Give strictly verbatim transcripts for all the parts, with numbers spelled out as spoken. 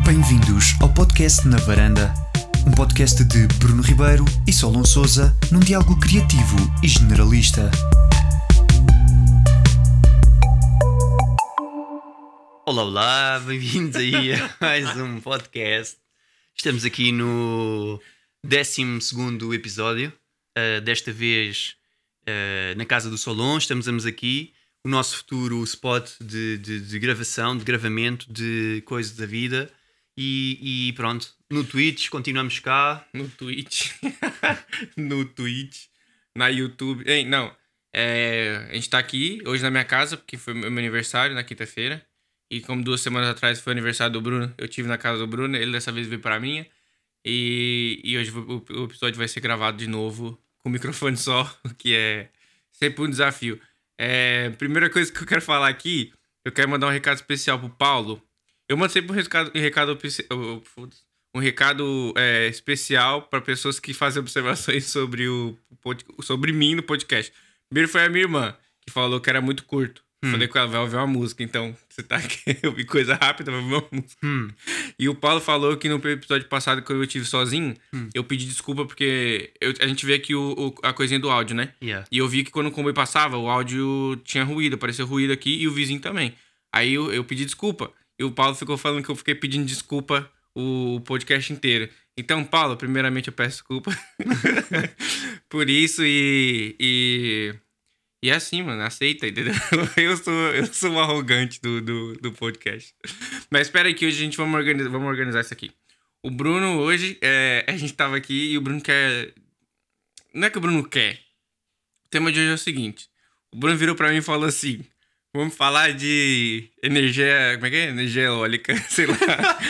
Bem-vindos ao podcast Na Varanda, um podcast de Bruno Ribeiro e Solon Sousa, num diálogo criativo e generalista. Olá, olá, bem-vindos aí a mais um podcast. Estamos aqui no décimo segundo episódio, uh, desta vez uh, na casa do Solon. Estamos aqui, o nosso futuro spot de, de, de gravação, de gravamento, de coisas da vida. E, e pronto, no Twitch, continuamos cá. No Twitch, no Twitch, na YouTube. Ei, não, é, a gente tá aqui hoje na minha casa, porque foi meu aniversário na quinta-feira. E como duas semanas atrás foi o aniversário do Bruno, eu tive na casa do Bruno, ele dessa vez veio pra minha. E, e hoje o, o episódio vai ser gravado de novo com o microfone só, que é sempre um desafio. É, primeira coisa que eu quero falar aqui, eu quero mandar um recado especial pro Paulo. Eu mando sempre um recado, um recado, um recado é, especial para pessoas que fazem observações sobre, o, sobre mim no podcast. Primeiro foi a minha irmã, que falou que era muito curto. Hum. Falei com ela, vai ouvir uma música, então você tá aqui, eu vi coisa rápida, vai ouvir uma música. Hum. E o Paulo falou que no episódio passado, que eu tive sozinho, hum. eu pedi desculpa porque eu, a gente vê aqui o, o, a coisinha do áudio, né? Yeah. E eu vi que quando o comboio passava, o áudio tinha ruído, apareceu ruído aqui e o vizinho também. Aí eu, eu pedi desculpa. E o Paulo ficou falando que eu fiquei pedindo desculpa o podcast inteiro. Então, Paulo, primeiramente eu peço desculpa por isso e, e... E é assim, mano, aceita, entendeu? Eu sou, eu sou um arrogante do, do, do podcast. Mas espera aí que hoje a gente vamos organizar, vamos organizar isso aqui. O Bruno hoje, é, a gente tava aqui e o Bruno quer... Não é que o Bruno quer. O tema de hoje é o seguinte. O Bruno virou pra mim e falou assim... Vamos falar de energia... Como é que é? Energia eólica, sei lá.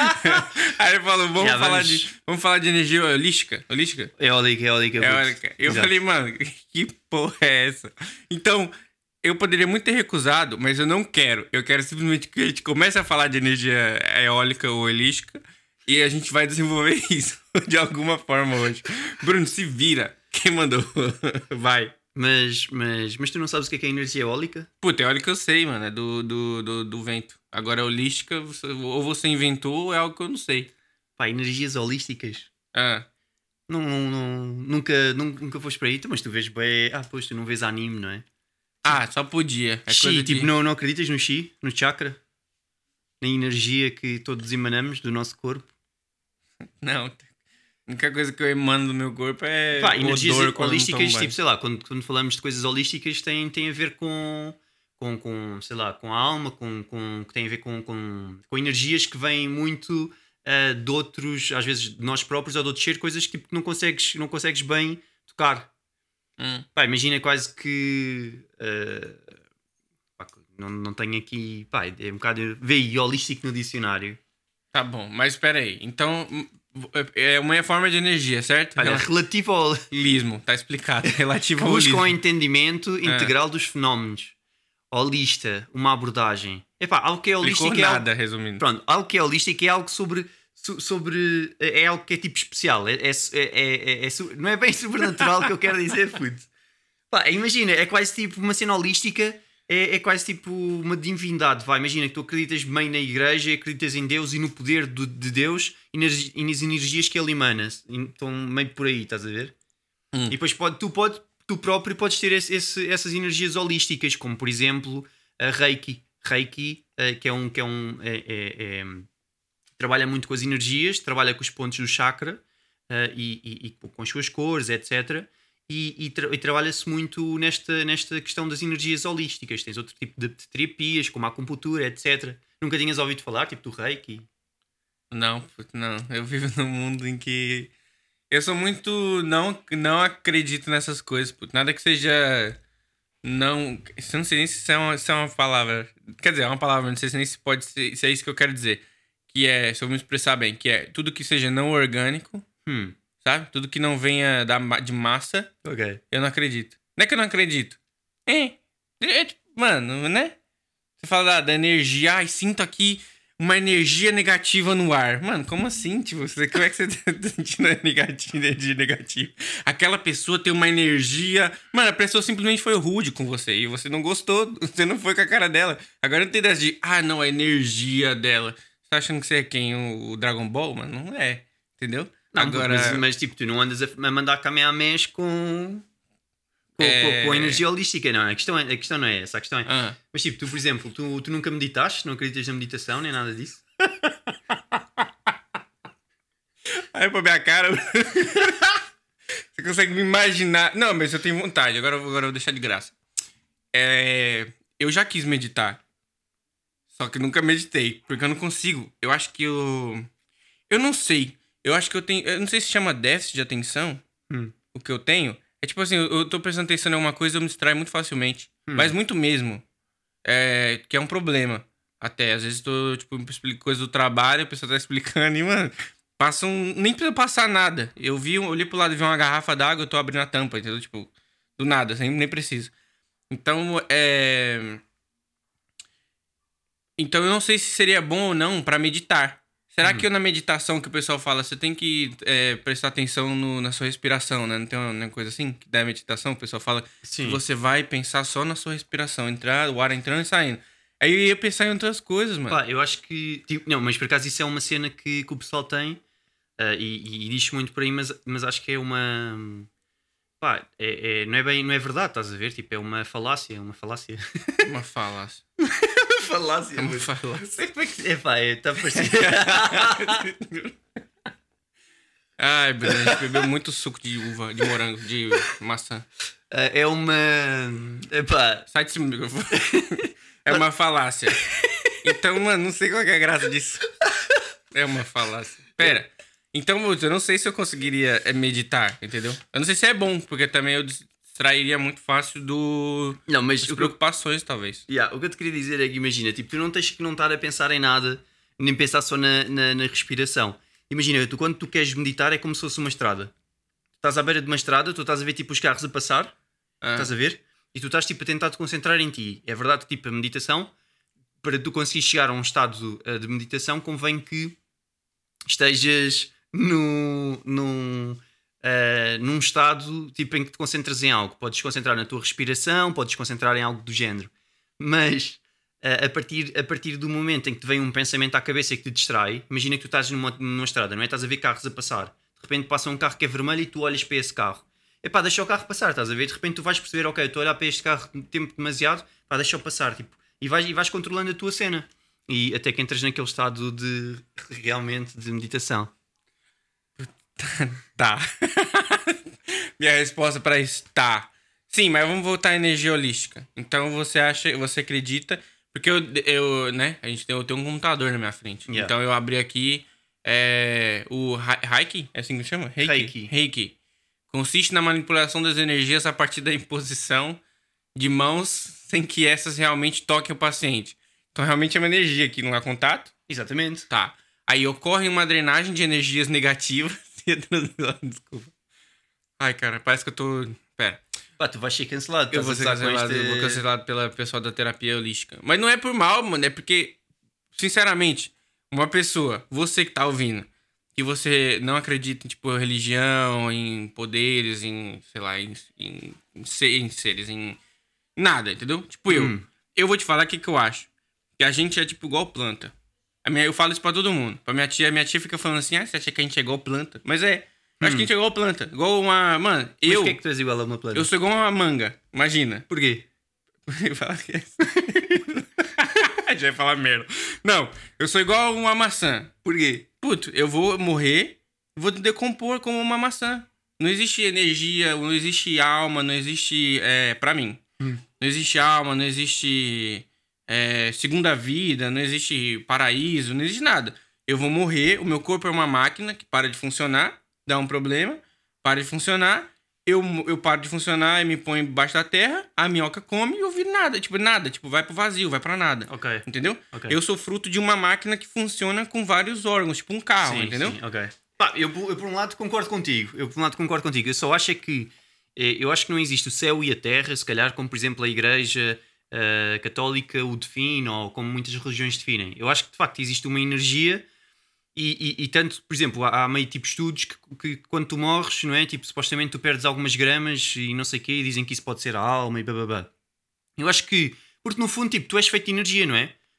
Aí ele falou, vamos, Já, falar, vamos... De, vamos falar de energia holística. Holística? Eólica, eólica. Eólica. Eu Exato. falei, mano, que porra é essa? Então, eu poderia muito ter recusado, mas eu não quero. Eu quero simplesmente que a gente comece a falar de energia eólica ou holística e a gente vai desenvolver isso de alguma forma hoje. Bruno, se vira. Quem mandou? Vai. Mas, mas, mas tu não sabes o que é, que é energia eólica? Puta, eólica eu sei, mano. É do, do, do, do vento. Agora, holística, você, ou você inventou ou é algo que eu não sei. Pá, energias holísticas. Ah. Não, não, não, nunca, nunca, nunca foste para aí, mas tu vês bem... Ah, pois, tu não vês anime, não é? Ah, só podia. É Chi, coisa tipo, de... não, não acreditas no chi? No chakra? Na energia que todos emanamos do nosso corpo? Não, a única coisa que eu emano do meu corpo é Pá, energias odor quando holísticas, não tipo, sei lá, quando, quando falamos de coisas holísticas tem, tem a ver com, com, com, sei lá, com a alma, com, com, que tem a ver com, com, com energias que vêm muito uh, de outros, às vezes de nós próprios ou de outros seres, coisas que não consegues, não consegues bem tocar. Hum. Pá, imagina quase que... Uh, pá, não, não tenho aqui... Pá, é um bocado... Vê aí, holístico no dicionário. Tá bom, mas espera aí. Então... É uma forma de energia, certo? Olha, relativo ao... Holismo, tá explicado. Relativo ao busca holismo. o entendimento integral é. dos fenómenos. Holista, uma abordagem. Epá, algo que é holístico Explicou é nada, algo... resumindo. Pronto, algo que é holístico é algo sobre... sobre é algo que é tipo especial. É, é, é, é, é não é bem sobrenatural que eu quero dizer, puto. Pá, imagina, é quase tipo uma cena holística... É, é quase tipo uma divindade, vai. Imagina que tu acreditas bem na igreja, acreditas em Deus e no poder do, de Deus e nas, e nas energias que ele emana. Então, meio por aí, estás a ver? Hum. E depois pode, tu, pode, tu próprio podes ter esse, esse, essas energias holísticas, como por exemplo a Reiki. Reiki, uh, que é um. Que é um é, é, é, trabalha muito com as energias, trabalha com os pontos do chakra uh, e, e, e com as suas cores, etcétera. E, e, tra- e trabalha-se muito nesta, nesta questão das energias holísticas. Tens outro tipo de, de terapias, como a acupuntura, etcétera. Nunca tinhas ouvido falar, tipo do Reiki? Não, não. Eu vivo num mundo em que... Eu sou muito... Não, não acredito nessas coisas, puto. Nada que seja... Não... Eu não sei nem se é, uma, se é uma palavra... Quer dizer, é uma palavra, não sei nem se pode ser... Se é isso que eu quero dizer. Que é... Se eu me expressar bem. Que é tudo que seja não orgânico... Hum. Sabe? Tudo que não venha da, de massa, okay. Eu não acredito. Não é que eu não acredito. É, é mano, né? Você fala da, da energia, ai, sinto aqui uma energia negativa no ar. Mano, como assim? Tipo, você, como é que você tá sentindo energia negativa? Aquela pessoa tem uma energia... Mano, a pessoa simplesmente foi rude com você e você não gostou, você não foi com a cara dela. Agora não tem dessa de, ah, não, a energia dela. Você tá achando que você é quem? O Dragon Ball? Mano, não é. Entendeu? Não, Agora. mas, mas tipo, tu não andas a, a mandar Kamehamehas com, com, É... com, com a energia holística, não. A questão, é, a questão não é essa. A questão é. Ah. Mas tipo, tu, por exemplo, tu, tu nunca meditaste, não acreditas na meditação, nem nada disso? Aí pra minha cara. Você consegue me imaginar. Não, mas eu tenho vontade. Agora, agora eu vou deixar de graça. É... Eu já quis meditar. Só que nunca meditei. Porque eu não consigo. Eu acho que eu. Eu não sei. Eu acho que eu tenho. Eu não sei se chama déficit de atenção. Hum. O que eu tenho. É tipo assim, eu, eu tô prestando atenção em alguma coisa e eu me distraio muito facilmente. Hum. Mas muito mesmo. É... Que é um problema. Até. Às vezes eu tô, tipo, me explico coisa do trabalho, a pessoa tá explicando e, mano. Passa um... Nem precisa passar nada. Eu vi, eu olhei pro lado e vi uma garrafa d'água, eu tô abrindo a tampa, entendeu? Tipo, do nada, sem, nem preciso. Então, é... Então, eu não sei se seria bom ou não pra meditar. Será Hum. que eu, na meditação que o pessoal fala, você tem que é, prestar atenção no, na sua respiração, né? Não tem uma, uma coisa assim? Que da meditação, o pessoal fala Sim. que você vai pensar só na sua respiração, entrar, o ar entrando e saindo. Aí eu ia pensar em outras coisas, mano. Pá, eu acho que. Tipo, não, mas por acaso isso é uma cena que, que o pessoal tem uh, e, e diz muito por aí, mas, mas acho que é uma. Pá, é, é- não, é bem, não é verdade, estás a ver? Tipo, é uma falácia, é uma falácia. Uma falácia. falácia, É uma mas- falácia. Sei como é que. É pá, está parecido. Ai, Bruno, a gente bebeu muito suco de uva, de morango, de maçã. Uh, é uma. Epá, Sai desse microfone. É uma falácia. Então, mano, não sei qual que é a graça disso. É uma falácia. Pera. Então, eu não sei se eu conseguiria é, meditar, entendeu? Eu não sei se é bom, porque também eu distrairia muito fácil do... não, mas das o que, eu, preocupações, talvez. yeah, o que eu te queria dizer é que imagina, tipo, tu não tens que não estar a pensar em nada, nem pensar só na, na, na respiração. Imagina, tu, quando tu queres meditar é como se fosse uma estrada. Tu estás à beira de uma estrada, tu estás a ver tipo os carros a passar, Ah, estás a ver? E tu estás tipo a tentar te concentrar em ti. É verdade que tipo a meditação, para tu conseguires chegar a um estado uh, de meditação, convém que estejas no, num, uh, num estado tipo, em que te concentras em algo. Podes concentrar na tua respiração, podes concentrar em algo do género. Mas uh, a, partir, a partir do momento em que te vem um pensamento à cabeça que te distrai, imagina que tu estás numa, numa estrada, não é? Estás a ver carros a passar. De repente passa um carro que é vermelho e tu olhas para esse carro. Epá, deixa o carro passar, estás a ver? De repente tu vais perceber, ok, eu estou a olhar para este carro tempo demasiado, pá, deixa-o passar, tipo, e vais, e vais controlando a tua cena. E até que entras naquele estado de, realmente, de meditação. tá. Minha resposta para isso, tá. Sim, mas vamos voltar à energia holística. Então, você acha, você acredita... Porque eu, eu né, a gente tem, eu tenho um computador na minha frente. Yeah. Então, eu abri aqui é, o Ra- Reiki, é assim que chama? Reiki. Reiki. Consiste na manipulação das energias a partir da imposição de mãos sem que essas realmente toquem o paciente. Então, realmente é uma energia aqui, não há contato. Exatamente. Tá. Aí ocorre uma drenagem de energias negativas. Desculpa. Ai, cara, parece que eu tô... Pera. Pá, tu vais ser cancelado. Eu estás vou a ser gozar com cancelado, este- eu vou cancelado pela pessoa da terapia holística. Mas não é por mal, mano. É porque, sinceramente, uma pessoa, você que tá ouvindo, que você não acredita em, tipo, religião, em poderes, em, sei lá, em, em, em se- em seres, em nada, entendeu? Tipo eu. Hum. Eu vou te falar o que, que eu acho. Que a gente é, tipo, igual planta. A minha, eu falo isso pra todo mundo. Pra minha tia, minha tia fica falando assim, ah, você acha que a gente é igual planta? Mas é. Eu acho que a gente é igual planta. Igual uma... Mano, Mas eu... porquê é que tu és igual a uma planta? Eu sou igual uma manga. Imagina. Porquê? Fala que é isso. A gente vai falar merda. Não, eu sou igual uma maçã. Porquê? Puto, eu vou morrer, vou decompor como uma maçã. Não existe energia, não existe alma, não existe... É, pra mim. Hum. Não existe alma, não existe é, segunda vida, não existe paraíso, não existe nada. Eu vou morrer, o meu corpo é uma máquina que para de funcionar, dá um problema, para de funcionar, eu, eu paro de funcionar e me ponho embaixo da terra, a minhoca come e eu viro nada, tipo, nada, tipo, vai pro vazio, vai pra nada. Ok. Entendeu? Ok. Eu sou fruto de uma máquina que funciona com vários órgãos, tipo um carro, Sim, entendeu? sim, ok. Pá, eu, eu por um lado concordo contigo. Eu por um lado concordo contigo. Eu só acho é que eh, eu acho que não existe o céu e a terra, se calhar, como por exemplo a Igreja eh, Católica o define, ou como muitas religiões definem. Eu acho que de facto existe uma energia. E, e, e tanto, por exemplo, há, há meio tipo estudos que, que quando tu morres, não é? Tipo, supostamente tu perdes algumas gramas e não sei o quê, e dizem que isso pode ser a alma e bababá. Eu acho que, porque no fundo, tipo, tu és feito de energia, não é?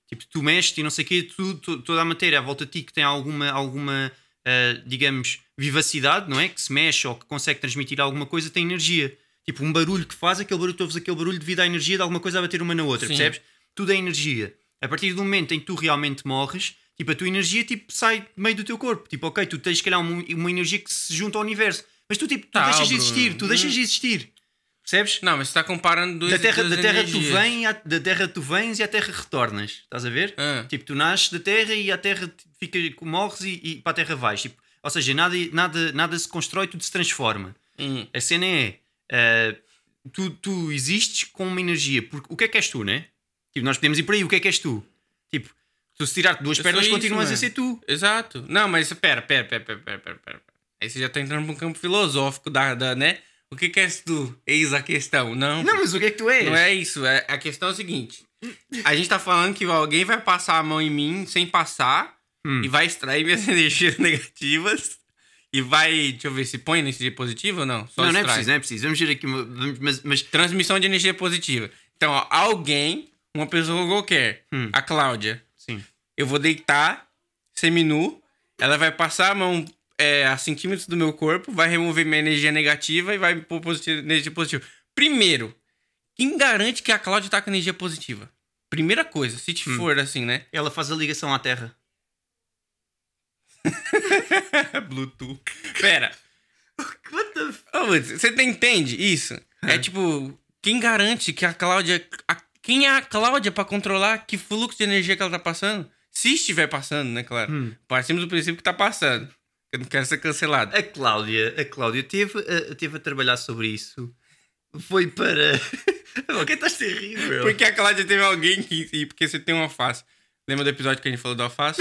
Tipo, tu mexes e não sei o quê, tu, tu, toda a matéria à volta de ti que tem alguma, alguma uh, digamos, vivacidade, não é? Que se mexe ou que consegue transmitir alguma coisa, tem energia. Tipo, um barulho que faz, aquele barulho, tu ouves aquele barulho devido à energia de alguma coisa a bater uma na outra, Sim. percebes? Tudo é energia. A partir do momento em que tu realmente morres, tipo, a tua energia tipo, sai do meio do teu corpo. Tipo, ok, tu tens, se calhar, uma, uma energia que se junta ao universo. Mas tu, tipo, tu Tá, deixas de Bruno. existir, tu deixas de existir. Percebes? Não, mas você tá comparando dois Da terra, duas da terra tu energias. vem, e à- da terra tu vens e à terra retornas. Estás a ver? Ah. Tipo, tu nasces da terra e à terra te- fica, morres e, e para a terra vais. Tipo, ou seja, nada, nada, nada se constrói, tudo se transforma. Hum. A cena é, ah, tu, tu existes com uma energia. Porque o que é que és tu, né? Tipo, nós podemos ir por aí, o que é que és tu? Tipo, tu se tirar duas Eu pernas sou isso, continuas a mano. ser tu. Exato. Não, mas pera, pera, pera, pera, pera, pera, pera. Aí você já tá entrando num campo filosófico da, da né? O que que és tu? Eis a questão. Não, Não, mas o que é que tu és? não é isso. É, a questão é o seguinte. A gente tá falando que alguém vai passar a mão em mim sem passar Hum. e vai extrair minhas energias negativas e vai, deixa eu ver, se põe energia positiva ou não? Só Não, não é extrai. preciso, não é preciso. Vamos ver aqui, uma- vamos- mas, mas Transmissão de energia positiva. Então, ó, alguém, uma pessoa qualquer, Hum. a Cláudia, sim. eu vou deitar, seminu, ela vai passar a mão é, a centímetros do meu corpo, vai remover minha energia negativa e vai pôr positiva, energia positiva. Primeiro, quem garante que a Cláudia tá com energia positiva? Primeira coisa, se te Hum. for assim, né? Ela faz a ligação à terra. Bluetooth. Pera. What the f... Ô, Woods, você não entende isso? É tipo, quem garante que a Cláudia... a- quem é a Cláudia pra controlar que fluxo de energia que ela tá passando? Se estiver passando, né, claro. Hum. Partimos do princípio que tá passando. Eu não quero ser cancelado. A Cláudia, a Cláudia teve, a, teve a trabalhar sobre isso. Foi para... Por que estás a rir, meu? Porque a Cláudia teve alguém que... E porque você tem uma alface. Lembra do episódio que a gente falou do alface?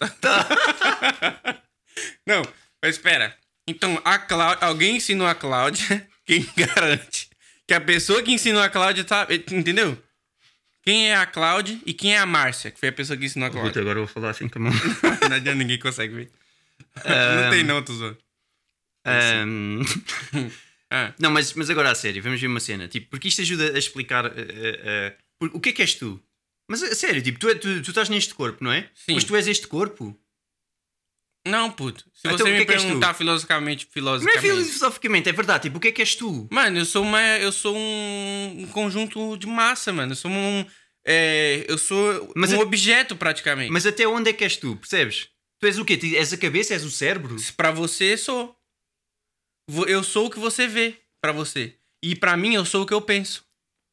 Não, mas espera. Então, a Cláudia... Alguém ensinou a Cláudia. Quem garante que a pessoa que ensinou a Cláudia tá... Entendeu? Quem é a Cláudia e quem é a Márcia, que foi a pessoa que ensinou a Puta, Cláudia. agora eu vou falar assim com a mão. Não adianta, ninguém consegue ver. Não tem não, tô zoando. Ahm, Ah, Não, mas, mas agora a sério, vamos ver uma cena. Tipo, porque isto ajuda a explicar uh, uh, uh, por- o que é que és tu. Mas a sério, tipo, tu, é- tu, tu estás neste corpo, não é? Sim. Mas tu és este corpo. não, puto. Se Então, você o que me é que és tu? perguntar filosoficamente, Não é filosoficamente... filosoficamente, é verdade. Tipo, o que é que és tu? Mano, eu sou uma. Eu sou um, um conjunto de massa, mano. Eu sou um. É, eu sou Mas um eu- objeto, praticamente. Mas até onde é que és tu, percebes? Tu és o quê? Tu és a cabeça, és o cérebro? Pra você, sou. Vo- Eu sou o que você vê pra você. E pra mim, eu sou o que eu penso.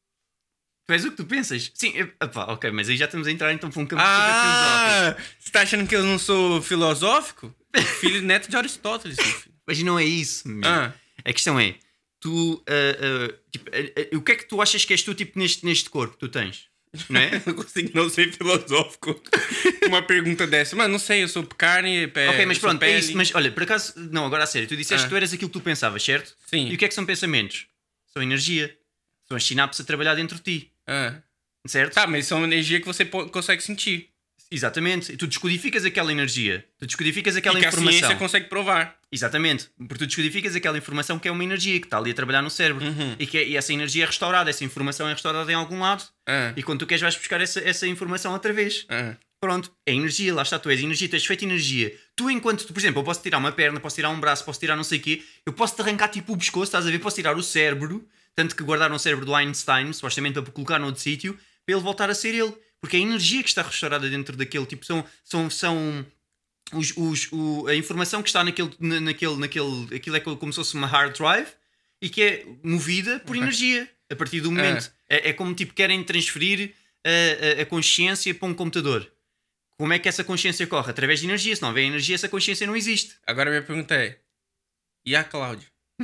Tu és o que tu pensas? Sim, eu- epá, ok, mas aí já estamos a entrar então para um campo super filosófico. Ah! Você tá achando que eu não sou filosófico? Filho neto de Aristóteles, meu filho. Mas não é isso, meu. Ah. A questão é, tu, ah, ah, tipo, ah, ah, o que é que tu achas que és tu, tipo, neste, neste corpo que tu tens? Não é? Eu não consigo não ser filosófico. Uma pergunta dessa. Mano, não sei, eu sou carne, pé, Ok, mas sou pronto, é pele. isso. Mas olha, por acaso, não, agora a sério, tu disseste Ah. que tu eras aquilo que tu pensavas, certo? Sim. E o que é que são pensamentos? São energia. São as sinapses a trabalhar dentro de ti, Ah. certo? Tá, mas são energia que você po- consegue sentir. Exatamente. Tu descodificas aquela energia. Tu descodificas aquela e que a informação. ciência consegue provar. Exatamente. Porque tu descodificas aquela informação que é uma energia que está ali a trabalhar no cérebro. Uhum. E, que é- e essa energia é restaurada. Essa informação é restaurada em algum lado. Ah. E quando tu queres vais buscar essa, essa informação outra vez. Ah. Pronto, é energia, lá está, tu és energia, tu és feito energia. Tu, enquanto, tu, por exemplo, eu posso tirar uma perna, posso tirar um braço, posso tirar não sei o quê, eu posso te arrancar tipo o pescoço, estás a ver? Posso tirar o cérebro, tanto que guardaram o cérebro do Einstein, supostamente para colocar noutro sítio, para ele voltar a ser ele. Porque é a energia que está restaurada dentro daquele, tipo, são, são, são os, os, o, a informação que está naquele, na- naquele, naquele, aquilo é como se fosse uma hard drive e que é movida por energia, a partir do momento. É, é como, tipo, querem transferir a, a, a consciência para um computador. Como é que essa consciência corre? Através de energia. Se não houver energia, essa consciência não existe. Agora minha pergunta é: e a Cláudia?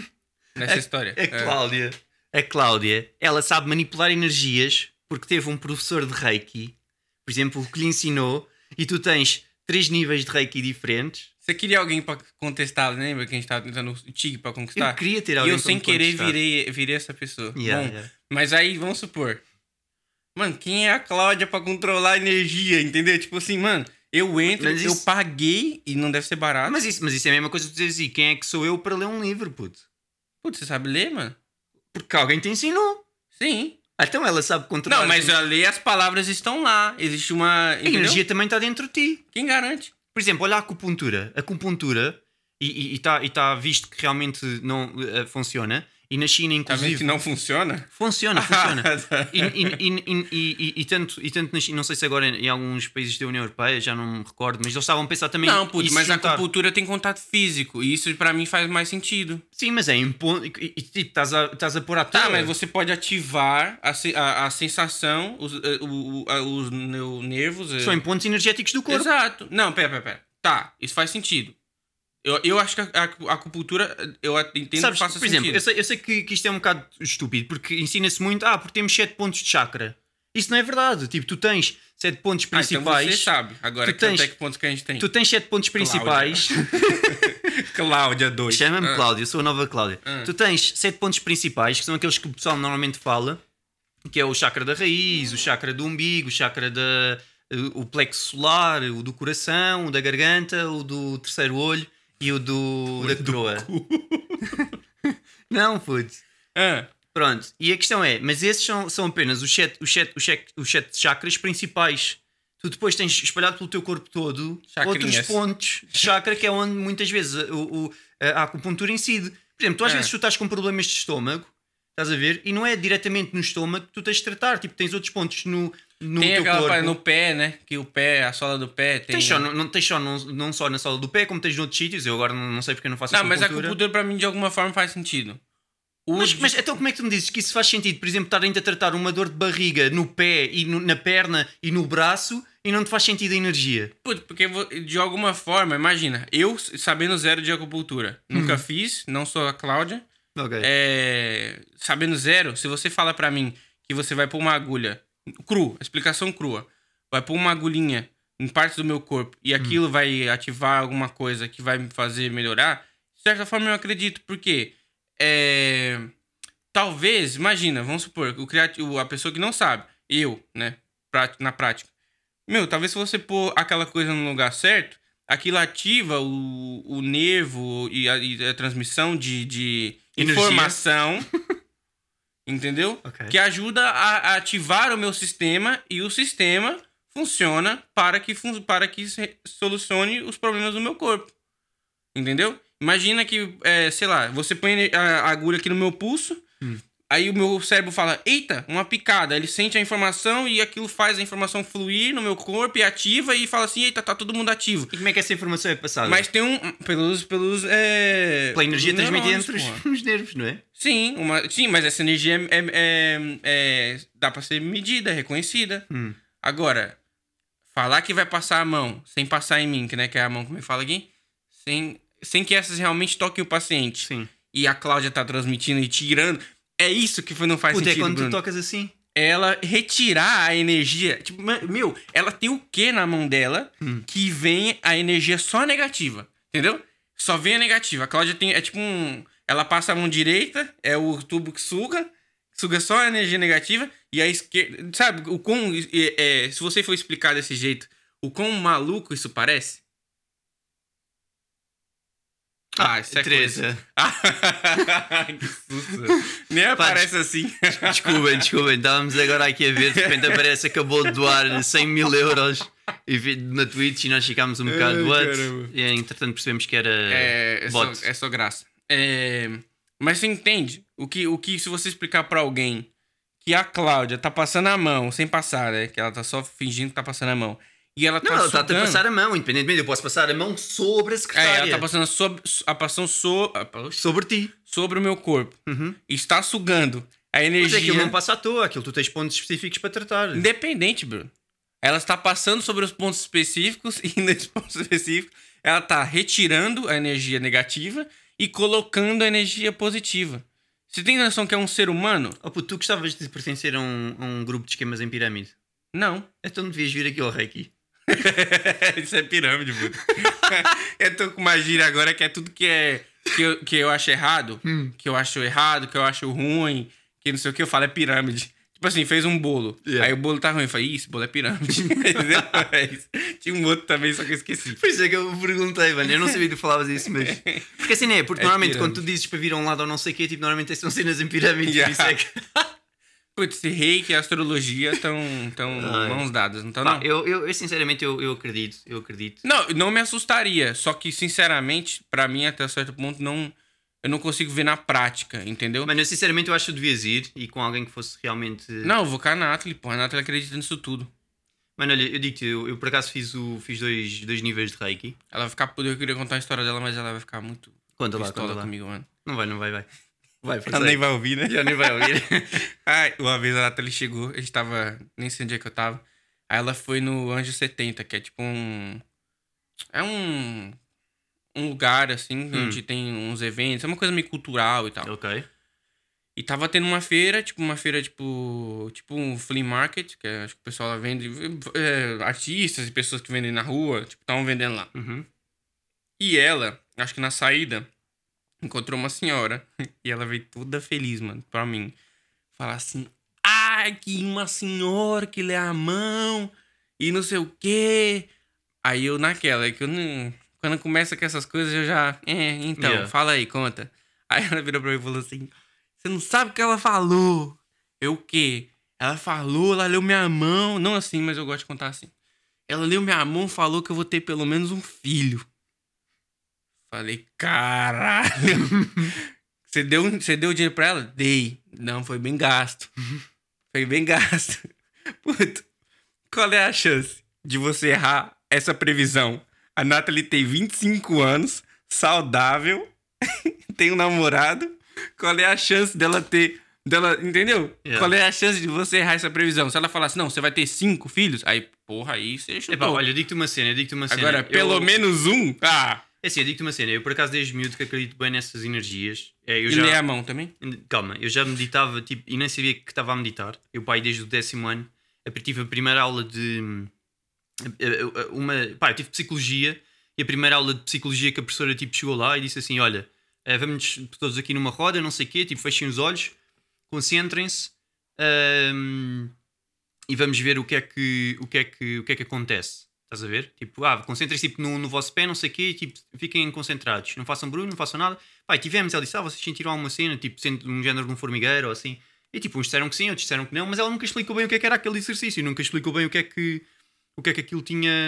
Nessa A- história. A Cláudia, a Cláudia, ela sabe manipular energias porque teve um professor de Reiki, por exemplo, que lhe ensinou, e tu tens três níveis de Reiki diferentes. Você queria alguém pra contestar, lembra que a gente tava tentando o Tig pra conquistar? Eu queria ter E alguém eu para sem me querer contestar. virei, virei essa pessoa. Yeah, Bom, yeah. mas aí vamos supor. Mano, quem é a Cláudia pra controlar a energia, entendeu? Tipo assim, mano, eu entro, Mas eu isso- paguei e não deve ser barato. Mas isso, mas isso é a mesma coisa que tu dizes assim, quem é que sou eu para ler um livro, puto? Putz, você sabe ler, mano? Porque alguém te ensinou. Sim. Ah, então ela sabe controlar. Não, mas ali as palavras estão lá. Existe uma. A energia também está dentro de ti. Quem garante? Por exemplo, olha a acupuntura. A acupuntura, e está e, e tá visto que realmente não uh, funciona. E na China, Tá vendo inclusive. que não funciona? Funciona, funciona. e, e, e, e, e, e, tanto, e tanto na China, não sei se agora em alguns países da União Europeia, já não me recordo, mas eles estavam a pensar também. Não, puto, isso mas a juntar. acupuntura tem contato físico. E isso pra mim faz mais sentido. Sim, mas é em ponto. E e, tipo, estás a, estás a pôr à toa. Tá, mas você pode ativar a, se- a, a sensação, os, eh, o, o, a- os neu- nervos. eh. São em pontos energéticos do corpo. Exato. Não, pera, pera, pera. Tá, isso faz sentido. Eu, eu acho que a, a- a acupuntura, eu entendo Sabes, que faça por sentido. exemplo, eu sei, eu sei que, que isto é um bocado estúpido, porque ensina-se muito, ah, porque temos sete pontos de chakra. Isso não é verdade. Tipo, tu tens sete pontos Ah, então principais. você sabe. Agora, Tu que tens- até que pontos que a gente tem? Tu tens sete pontos principais. Cláudia dois. Chama-me Ah. Cláudia, eu sou a nova Cláudia. Ah. Tu tens sete pontos principais, que são aqueles que o pessoal normalmente fala, que é o chakra da raiz, o chakra do umbigo, o chakra da. O plexo solar, o do coração, o da garganta, o do terceiro olho e o do. da coroa. Não, putz. Ah, Pronto, e a questão é, mas esses são, são apenas os sete, os, sete, os, sete, os sete chakras principais. Tu depois tens espalhado pelo teu corpo todo Chacrinhas. outros pontos de chakra, que é onde muitas vezes o, o, a acupuntura incide. Por exemplo, tu às É. vezes tu estás com problemas de estômago, estás a ver, e não é diretamente no estômago que tu tens de tratar, tipo, tens outros pontos no, no tem teu aquela corpo. parada no pé, né? Que o pé, a sola do pé tem... Tens só, não, não tens só não, não só na sola do pé, como tens noutros sítios. Eu agora não, não sei porque eu não faço Não, mas a acupuntura. acupuntura pra mim de alguma forma faz sentido. O Mas, de- mas então como é que tu me dizes que isso faz sentido? Por exemplo, estarem a tratar uma dor de barriga no pé e no- na perna e no braço e não te faz sentido a energia? Putz, porque vo- de alguma forma, imagina, eu sabendo zero de acupuntura, nunca fiz, não sou a Cláudia, Ok. é, sabendo zero, se você fala pra mim que você vai pôr uma agulha, cru, explicação crua, vai pôr uma agulhinha em parte do meu corpo e aquilo vai ativar alguma coisa que vai me fazer melhorar, de certa forma eu acredito, porque é, talvez, imagina, vamos supor, o criativo, a pessoa que não sabe, eu, né, prá- na prática, meu, talvez se você pôr aquela coisa no lugar certo, aquilo ativa o, o nervo e a, e a transmissão de, de Energia. informação, entendeu? Ok. Que ajuda a, a ativar o meu sistema e o sistema funciona para que, fun- para que se- solucione os problemas do meu corpo, entendeu? Imagina que, é, sei lá, você põe a, a agulha aqui no meu pulso, aí o meu cérebro fala, eita, uma picada. Ele sente a informação e aquilo faz a informação fluir no meu corpo e ativa e fala assim, eita, tá todo mundo ativo. E como é que essa informação é passada? Mas tem um... Pelos... pelos é, Pela energia pelos transmitida neurônios, entre os, porra. os nervos, não é? Sim, uma, sim, mas essa energia é, é- é- é- dá pra ser medida, é reconhecida. Hum. Agora, falar que vai passar a mão, sem passar em mim, que, né, que é a mão, como eu falo aqui, sem, sem que essas realmente toquem o paciente. Sim. E a Cláudia tá transmitindo e tirando. É isso que não faz Puta, é sentido, quando Bruno. tu tocas assim. Ela retirar a energia. Tipo, ma- meu, ela tem o que na mão dela que vem a energia só negativa. Entendeu? Só vem a negativa. A Cláudia tem. É tipo um. Ela passa a mão direita, é o tubo que suga, suga só a energia negativa, e a esquerda. Sabe, o quão. É, é, se você for explicar desse jeito, o quão maluco isso parece? Ah, isso é Teresa. coisa. Que susto. Nem aparece assim. Desculpem, desculpem. Estávamos agora aqui a ver, de repente aparece, acabou de doar cem mil euros e vi- na Twitch e nós ficámos um bocado Ai, what? caramba. E entretanto percebemos que era É, é, só, bot. é só graça. É, mas você entende? O que, o que se você explicar pra alguém que a Cláudia tá passando a mão, sem passar, né? Que ela tá só fingindo que tá passando a mão. E ela tá Não, ela está a sugando. passar a mão, independentemente. Eu posso passar a mão sobre a É, secretária. ela tá passando sobre, a passão so, Sobre ti. sobre o meu corpo. Uhum. E está sugando a Mas energia. é que aquilo não passa à toa. Aquilo tu tens pontos específicos para tratar. Independente, Bruno. Ela está passando sobre os pontos específicos e nesses pontos específicos ela está retirando a energia negativa e colocando a energia positiva. Você tem noção que é um ser humano? Oh, puto, tu gostavas de pertencer a um, a um grupo de esquemas em pirâmide? Não. Então devias vir aqui ao Reiki. Isso é pirâmide, Bruno. Eu tô com uma gíria agora que é tudo que é que eu, que eu acho errado, Hum. que eu acho errado, que eu acho ruim, que não sei o que, eu falo é pirâmide. Tipo assim, fez um bolo. Yeah. Aí o bolo tá ruim. Eu falei, ih, esse bolo é pirâmide. Entendeu? É isso. Tinha um outro também, só que eu esqueci. Por isso é que eu perguntei, mano. Eu não sabia que tu falavas isso, mas. Porque assim não é, porque É normalmente pirâmide. quando tu dizes para vir a um lado ou não sei o quê, tipo, normalmente são cenas em pirâmide. Yeah. Por isso é que. Putz, reiki e astrologia estão tão mãos dadas, não estão, Pá, não? eu, eu, eu, sinceramente, eu, eu acredito. Eu acredito. Não, não me assustaria. Só que, sinceramente, pra mim, até certo ponto, não, eu não consigo ver na prática, entendeu? Mano, eu sinceramente eu acho que tu devias ir e com alguém que fosse realmente. Não, eu vou com a Nathalie, pô. A Nathalie acredita nisso tudo. Mano, olha, eu digo-te, eu, eu por acaso fiz, o, fiz dois, dois níveis de Reiki. Ela vai ficar... Eu queria contar a história dela, mas ela vai ficar muito... Conta lá, pistola conta lá. comigo, mano. Não vai, não vai, vai. Vai, Ela nem vai ouvir, né? Já nem vai ouvir. Ai, uma vez a Nathalie chegou, a gente tava... Nem sei onde é que eu tava. Aí ela foi no Anjo setenta, que é tipo um... É um... Um lugar, assim, Hum. onde tem uns eventos. É uma coisa meio cultural e tal. Ok. E tava tendo uma feira, tipo uma feira, tipo... Tipo um flea market, que é, acho que o pessoal lá vende... é, artistas e pessoas que vendem na rua, tipo, estavam vendendo lá. Uhum. E ela, acho que na saída, encontrou uma senhora. E ela veio toda feliz, mano, pra mim. Falar assim... Ai, que uma senhora que lê a mão e não sei o quê. Aí eu naquela, é que eu não... Quando começa com essas coisas, eu já... É, então, Yeah. fala aí, conta. Aí ela virou pra mim e falou assim... Você não sabe o que ela falou. Eu o quê? Ela falou, ela leu minha mão. Não assim, mas eu gosto de contar assim. Ela leu minha mão e falou que eu vou ter pelo menos um filho. Falei, caralho. Você deu, você deu dinheiro pra ela? Dei. Não, foi bem gasto. Foi bem gasto. Puto, qual é a chance de você errar essa previsão? A Nathalie tem vinte e cinco anos, saudável, tem um namorado. Qual é a chance dela ter... Dela, entendeu? Yeah. Qual é a chance de você errar essa previsão? Se ela falasse, não, você vai ter cinco filhos, aí, porra, aí você chutou. Epá, olha, eu digo-te uma cena, eu digo-te uma cena. Agora, Eu- pelo menos um? Ah! É assim, eu digo-te uma cena. Eu, por acaso, desde miúdo que acredito bem nessas energias. É, eu E já... lê a mão também? Calma, eu já meditava, tipo, e nem sabia que estava a meditar. Eu, pai, desde o décimo ano, eu tive a primeira aula de... Uma... Pá, eu tive psicologia, e a primeira aula de psicologia que a professora, tipo, chegou lá e disse assim, olha, eh, vamos todos aqui numa roda, não sei o quê, tipo, fechem os olhos, concentrem-se, ahm, e vamos ver o que é que, o que, é que, o que, é que acontece. Estás a ver? Tipo, ah, concentrem-se tipo, no, no vosso pé, não sei o quê, tipo, fiquem concentrados, não façam barulho, não façam nada. Pai, tivemos, ela disse, ah, vocês sentiram alguma cena, tipo, sendo um género de um formigueiro ou assim. E tipo, uns disseram que sim, outros disseram que não, mas ela nunca explicou bem o que é que era aquele exercício, nunca explicou bem o que é que, o que, é que aquilo tinha.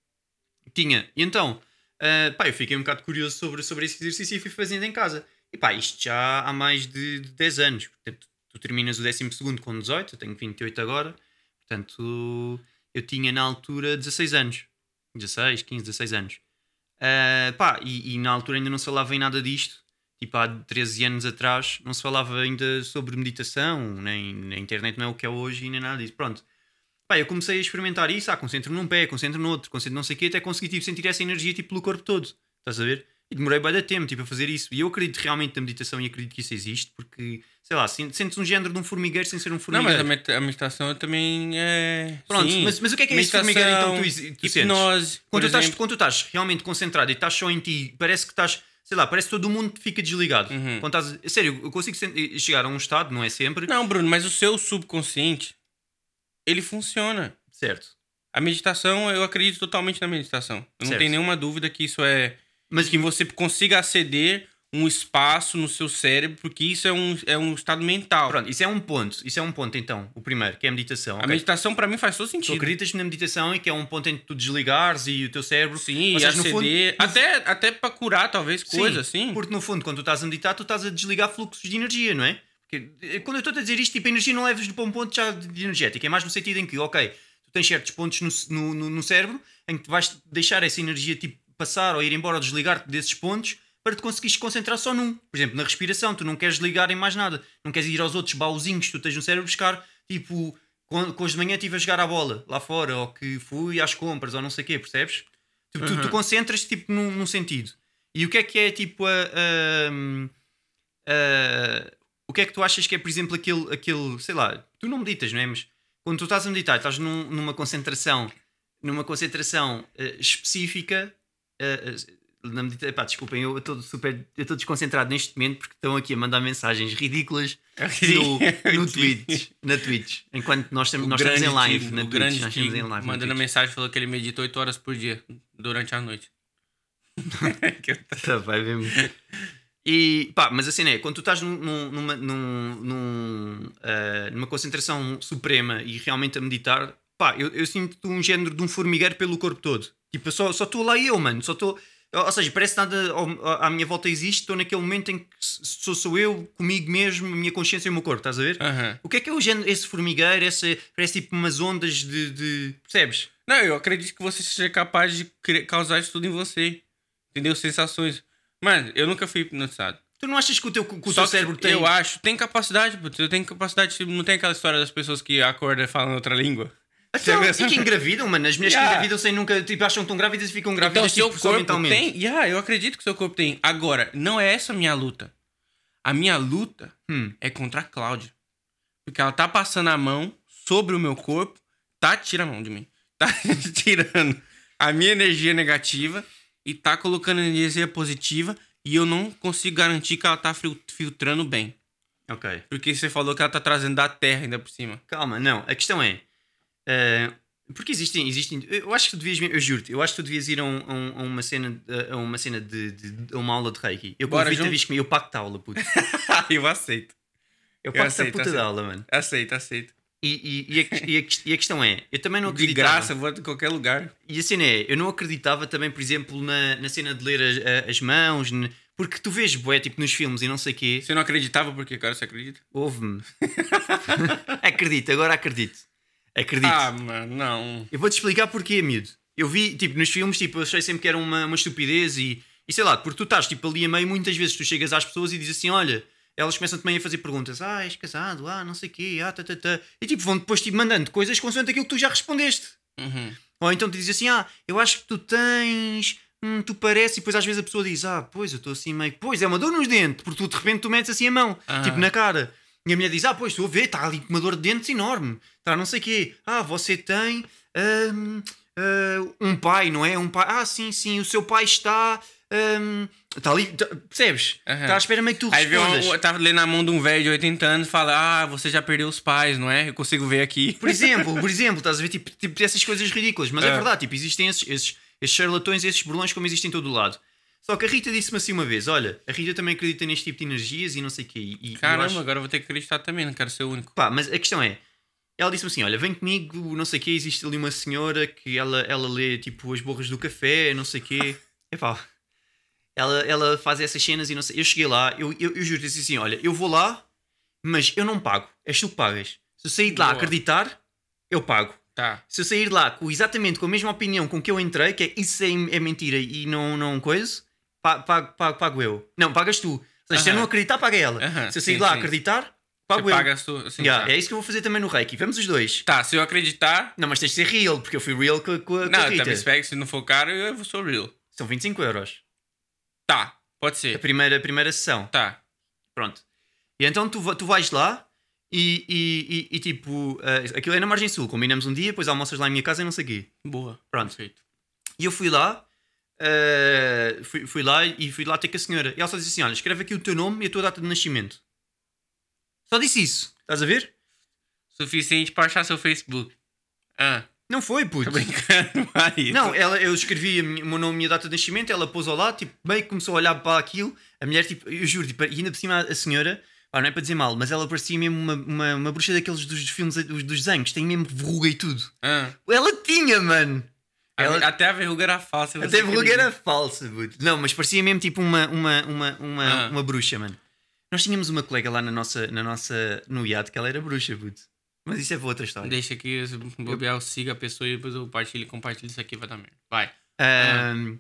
tinha. E então, uh, pá, eu fiquei um bocado curioso sobre, sobre esse exercício e fui fazendo em casa. E pá, isto já há mais de, de dez anos. Portanto, tu terminas o décimo segundo com dezoito, eu tenho vinte e oito agora. Portanto, eu tinha na altura dezasseis anos. dezasseis, quinze, dezasseis anos. Uh, pá, e, e na altura ainda não se falava em nada disto. Tipo, há treze anos atrás não se falava ainda sobre meditação, nem na internet não é o que é hoje e nem nada disso. Pronto. Pá, eu comecei a experimentar isso, ah, concentro num pé, concentro no outro, concentro não sei o quê, até consegui tipo, sentir essa energia tipo, pelo corpo todo. Estás a ver? E demorei bem de tempo tipo, a fazer isso. E eu acredito realmente na meditação e acredito que isso existe, porque, sei lá, sentes um género de um formigueiro sem ser um Não, formigueiro. mas a, med- a meditação também é... Pronto, Sim. mas, mas o que é que é esse formigueiro então que tu, tu sentes? hipnose, Quando tu, por estás, exemplo. quando tu estás realmente concentrado e estás só em ti, parece que estás, sei lá, parece que todo o mundo fica desligado. Uhum. Quando estás, sério, eu consigo sen- chegar a um estado, não é sempre, Não, Bruno, mas o seu subconsciente, ele funciona. certo. A meditação, eu acredito totalmente na meditação. Eu não Certo. tenho nenhuma dúvida que isso é... Mas Que você consiga aceder um espaço no seu cérebro, porque isso é um, é um estado mental. pronto, isso é um ponto, isso é um ponto então, o primeiro, que é a meditação. A ok? meditação, pra mim, faz todo Tu sentido. acreditas na meditação e que é um ponto em que tu desligares e o teu cérebro. Sim, Ou e seja, no aceder... fundo- até, até pra curar, talvez, Sim, coisas assim. Porque no fundo, quando tu estás a meditar, tu estás a desligar fluxos de energia, não é? Porque eh, quando eu estou a dizer isto, tipo, a energia não levas para um ponto já de energética, é mais no sentido em que, ok, tu tens certos pontos no, no, no- no cérebro em que tu vais deixar essa energia tipo, passar ou ir embora ou desligar-te desses pontos para te conseguires concentrar só num. Por exemplo, na respiração, tu não queres desligar em mais nada, não queres ir aos outros baúzinhos que tu tens no cérebro buscar, tipo, com, com hoje de manhã estive a jogar a bola lá fora, ou que fui às compras, ou não sei o quê, percebes? Tu, tu, tu concentras tipo num, num sentido. E o que é que é tipo a, a- a- o que é que tu achas que é, por exemplo, aquele, aquele, sei lá, tu não meditas, não é? Mas quando tu estás a meditar, estás num- numa concentração, numa concentração eh, específica, eh, eh, na medita... Pá, desculpem, eu estou super, eu estou desconcentrado neste momento porque estão aqui a mandar mensagens ridículas no, no Twitch, na Twitch, enquanto nós, estamos, O nós estamos em grande live Tigo, na o Twitch, grande nós estamos Tigo, em live na mandando Twitch. mensagem, falou que ele medita oito horas por dia durante a noite. Tá, vai mesmo. E pá, mas a cena é, quando tu estás num, num- numa, num, num, ah, numa concentração suprema e realmente a meditar, pá, eu, eu sinto um género de um formigueiro pelo corpo todo. Tipo, eu só só estou lá eu, mano. Só estou. Ou seja, parece que nada ao- à minha volta existe. Estou naquele momento em que sou, sou eu, comigo mesmo, a minha consciência e o meu corpo, estás a ver? Aham. O que é que é o género, esse formigueiro, essa, parece tipo umas ondas de, de- percebes? Não, eu acredito que você seja capaz de cri- causar isso tudo em você. Entendeu? Sensações. Mano, eu nunca fui hipnotizado. Tu não achas que o teu, que o Só teu que cérebro tem. eu acho, tem capacidade, putz, eu tenho capacidade. Não tem aquela história das pessoas que acordam falando outra língua. Então, Você e que engravidam, mano. As mulheres Yeah. que engravidam sem nunca, tipo, acham que estão grávidas e ficam Então, grávidas seu tipo, só corpo mentalmente. tem. Yeah, eu acredito que seu corpo tem. Agora, não é essa a minha luta. A minha luta Hum. é contra a Cláudia. Porque ela tá passando a mão sobre o meu corpo, tá tirando a mão de mim. Tá tirando a minha energia negativa e tá colocando energia positiva. E eu não consigo garantir que ela tá fil- filtrando bem. Ok. Porque você falou que ela tá trazendo da terra ainda por cima. Calma, não. A questão é. eh, porque existem, existem. Eu acho que tu devias. Eu juro-te, eu acho que tu devias ir a, um- a um- a uma cena, a uma cena de, de- a uma aula de Reiki. Eu Bora convido-te a junto? vir comigo. Eu pago-te a aula, puto. eu aceito. Eu Eu pago-te a aceito, puta aceito. da aula, mano. Aceito, aceito. E, e, e, a, e, a, e a questão é. Eu também não De acreditava. graça, eu vou em qualquer lugar. E a cena é. Eu não acreditava também, por exemplo, na, na cena de ler as, a- as mãos. ne- Porque tu vês, bué, tipo, nos filmes e não sei o quê. Você não acreditava porque agora você acredita? Ouve-me. Acredito, agora acredito. Acredito. Ah, mano, não. Eu vou-te explicar porquê, miúdo. Eu vi, tipo, nos filmes, tipo, eu achei sempre que era uma, uma estupidez e, e sei lá, porque tu estás, tipo, ali a meio, muitas vezes tu chegas às pessoas e dizes assim, olha, elas começam também a fazer perguntas, ah, és casado, ah, não sei o quê, ah, tá, tá, tá. E tipo, vão depois, tipo, mandando coisas consoante aquilo que tu já respondeste. Uhum. Ou então te dizem assim, ah, eu acho que tu tens, hum, tu parece, e depois às vezes a pessoa diz, ah, pois, eu estou assim meio, pois, é uma dor nos dentes, porque tu de repente tu metes assim a mão, Ah. tipo, na cara. E a mulher diz, ah, pois, estou a ver, está ali uma dor de dentes enorme, está não sei o quê. Ah, você tem hum, ah, um pai, não é? Um pai, ah, sim, sim, o seu pai está, hum, está ali, tá- percebes? Aham. Está à espera meio que tu Aí vê respondas. um, tá lendo a mão de um velho de oitenta anos e fala: ah, você já perdeu os pais, não é? Eu consigo ver aqui. Por exemplo, por exemplo, estás a ver tipo, tipo essas coisas ridículas, mas é, É. verdade, tipo, existem esses, esses, esses charlatões, esses burlões como existem em todo o lado. Só que a Rita disse-me assim uma vez: olha, a Rita também acredita neste tipo de energias e não sei o quê. E, e eu Caramba, acho- agora eu vou ter que acreditar também, não quero ser o único. Pá, mas a questão é, ela disse-me assim: olha, vem comigo, não sei o quê, existe ali uma senhora que ela, ela lê tipo as borras do café, não sei o quê. Epá, ela, ela faz essas cenas e não sei. Eu cheguei lá, eu, eu, eu juro, disse assim: olha, eu vou lá, mas eu não pago, és tu que pagas. Se eu sair de lá a Boa. acreditar, eu pago. Tá. Se eu sair de lá com, exatamente com a mesma opinião com que eu entrei, que é isso é, é mentira e não, não coisa, pa- pago, pago, pago eu. Não, pagas tu. Ou seja, se eu Aham. não acreditar, paga ela. Aham, Se eu sair sim, de lá a sim. acreditar, pago Você eu. paga a sua. Assim, Yeah, tá. é isso que eu vou fazer também no Reiki. Vamos os dois. Tá, se eu acreditar. Não, mas tens de ser real, porque eu fui real com, com, a- com Não, a eu Rita. também espero que se não for caro, eu sou real. São vinte e cinco euros. Tá, pode A ser. primeira, a primeira sessão. Tá. Pronto. E então tu, va- tu vais lá e, e, e, e tipo, eh, aquilo é na Margem Sul. Combinamos um dia, depois almoças lá em minha casa e não sei o quê. Boa. Pronto. Perfeito. E eu fui lá, eh, fui, fui lá e fui lá ter com a senhora. E ela só disse assim: olha, escreve aqui o teu nome e a tua data de nascimento. Só disse isso. Estás a ver? Suficiente para achar seu Facebook. Ah, Não foi, puto. tô brincando, Maria. Não, ela, eu escrevi a minha- o meu nome e a data de nascimento, ela pôs ao lado, tipo, meio que começou a olhar para aquilo. A mulher, tipo, eu juro, tipo, e ainda por cima a senhora, pá, não é para dizer mal, mas ela parecia mesmo uma, uma, uma bruxa daqueles dos filmes dos, dos desenhos, tem mesmo verruga e tudo. Ah, Ela tinha, mano. a- Ela- Até a verruga era falsa. você Até a verruga acredita? era falsa, puto. Não, mas parecia mesmo tipo uma, uma, uma, uma, Ah. uma bruxa, mano. Nós tínhamos uma colega lá na nossa, na nossa, no iate que ela era bruxa, puto. Mas isso é para outra história. Deixa aqui, se bobear, eu siga a pessoa e depois eu partilho e compartilho isso aqui, vai dar merda. Vai. Ahm,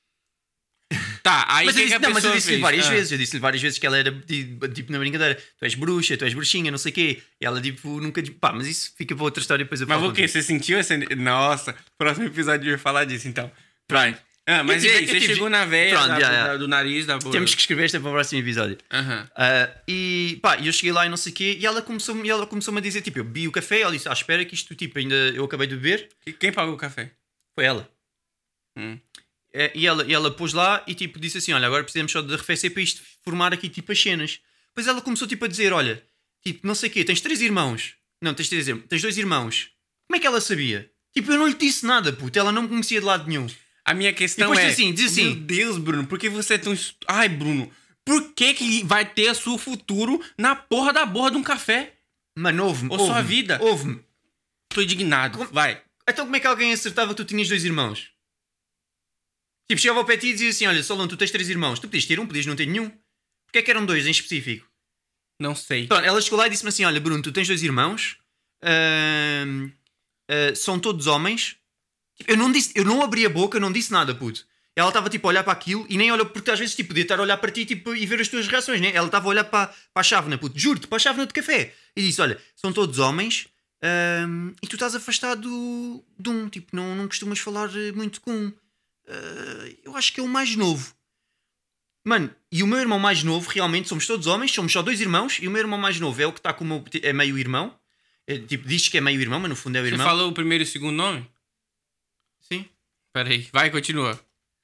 Tá, aí mas que eu que disse, a não, mas eu pessoa disse-lhe fez? várias Ah. vezes, eu disse-lhe várias vezes que ela era tipo, tipo na brincadeira, tu és bruxa, tu és bruxinha, não sei o quê. E ela tipo nunca. Pá, mas isso fica para outra história depois eu Mas falo o que? contigo. Você sentiu essa. Nossa, próximo episódio eu ia falar disso, então. Vai. Ah, mas Eu e tive- aí, eu você tive- chegou na veia Pronto, da- já, da- já. do nariz da boa. Temos que escrever esta para o próximo episódio. Aham. Ah, e pá, eu cheguei lá e não sei o quê, e ela começou-me ela começou a dizer, tipo, eu bebi o café, ela disse, ah, espera que isto, tipo, ainda eu acabei de beber. E quem pagou o café? Foi ela. Hum. É, e, ela, e ela pôs lá e tipo disse assim: olha, agora precisamos só de arrefecer para isto formar aqui tipo as cenas. Depois ela começou tipo a dizer: olha, tipo, não sei o quê, tens três irmãos. Não, tens três irmãos, tens dois irmãos. Como é que ela sabia? Tipo, eu não lhe disse nada, puto, ela não me conhecia de lado nenhum. A minha questão E depois é. diz assim, diz assim. Meu Deus, Bruno, por que você é tão. est- Ai, Bruno, Por que que vai ter seu futuro na porra da borra de um café? Mano, ouve-me. Ou ouve-me, sua vida? Ouve-me. Tô indignado. Como- Vai. Então como é que alguém acertava que tu tinhas dois irmãos? Tipo, chegava ao pé de ti e dizia assim: olha, Solon, tu tens três irmãos. Tu podias ter um, podias não ter nenhum. Porquê é que eram dois em específico? Não sei. Pronto, ela chegou lá e disse-me assim: olha, Bruno, tu tens dois irmãos. ahm, ah, são todos homens. Tipo, eu não disse, eu não abri a boca, não disse nada, puto. Ela estava tipo a olhar para aquilo e nem olhou, porque às vezes tipo, podia estar a olhar para ti tipo, e ver as tuas reações, né? Ela estava a olhar para, para a chávena, puto, juro-te, para a chávena de café. E disse: olha, são todos homens. ahm, e tu estás afastado de um, tipo, não, não costumas falar eh, muito com um. Ah, eu acho que é o mais novo. Mano, e o meu irmão mais novo, realmente, somos todos homens, somos só dois irmãos, e o meu irmão mais novo é o que está com o meu, é meio irmão. É, tipo, diz que é meio irmão, mas no fundo é o Você irmão. falou o primeiro e o segundo nome? Sim. Pera aí. Vai, continua.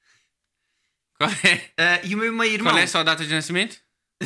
Qual é? Ah, e o meu meio irmão. Qual é a sua data de nascimento?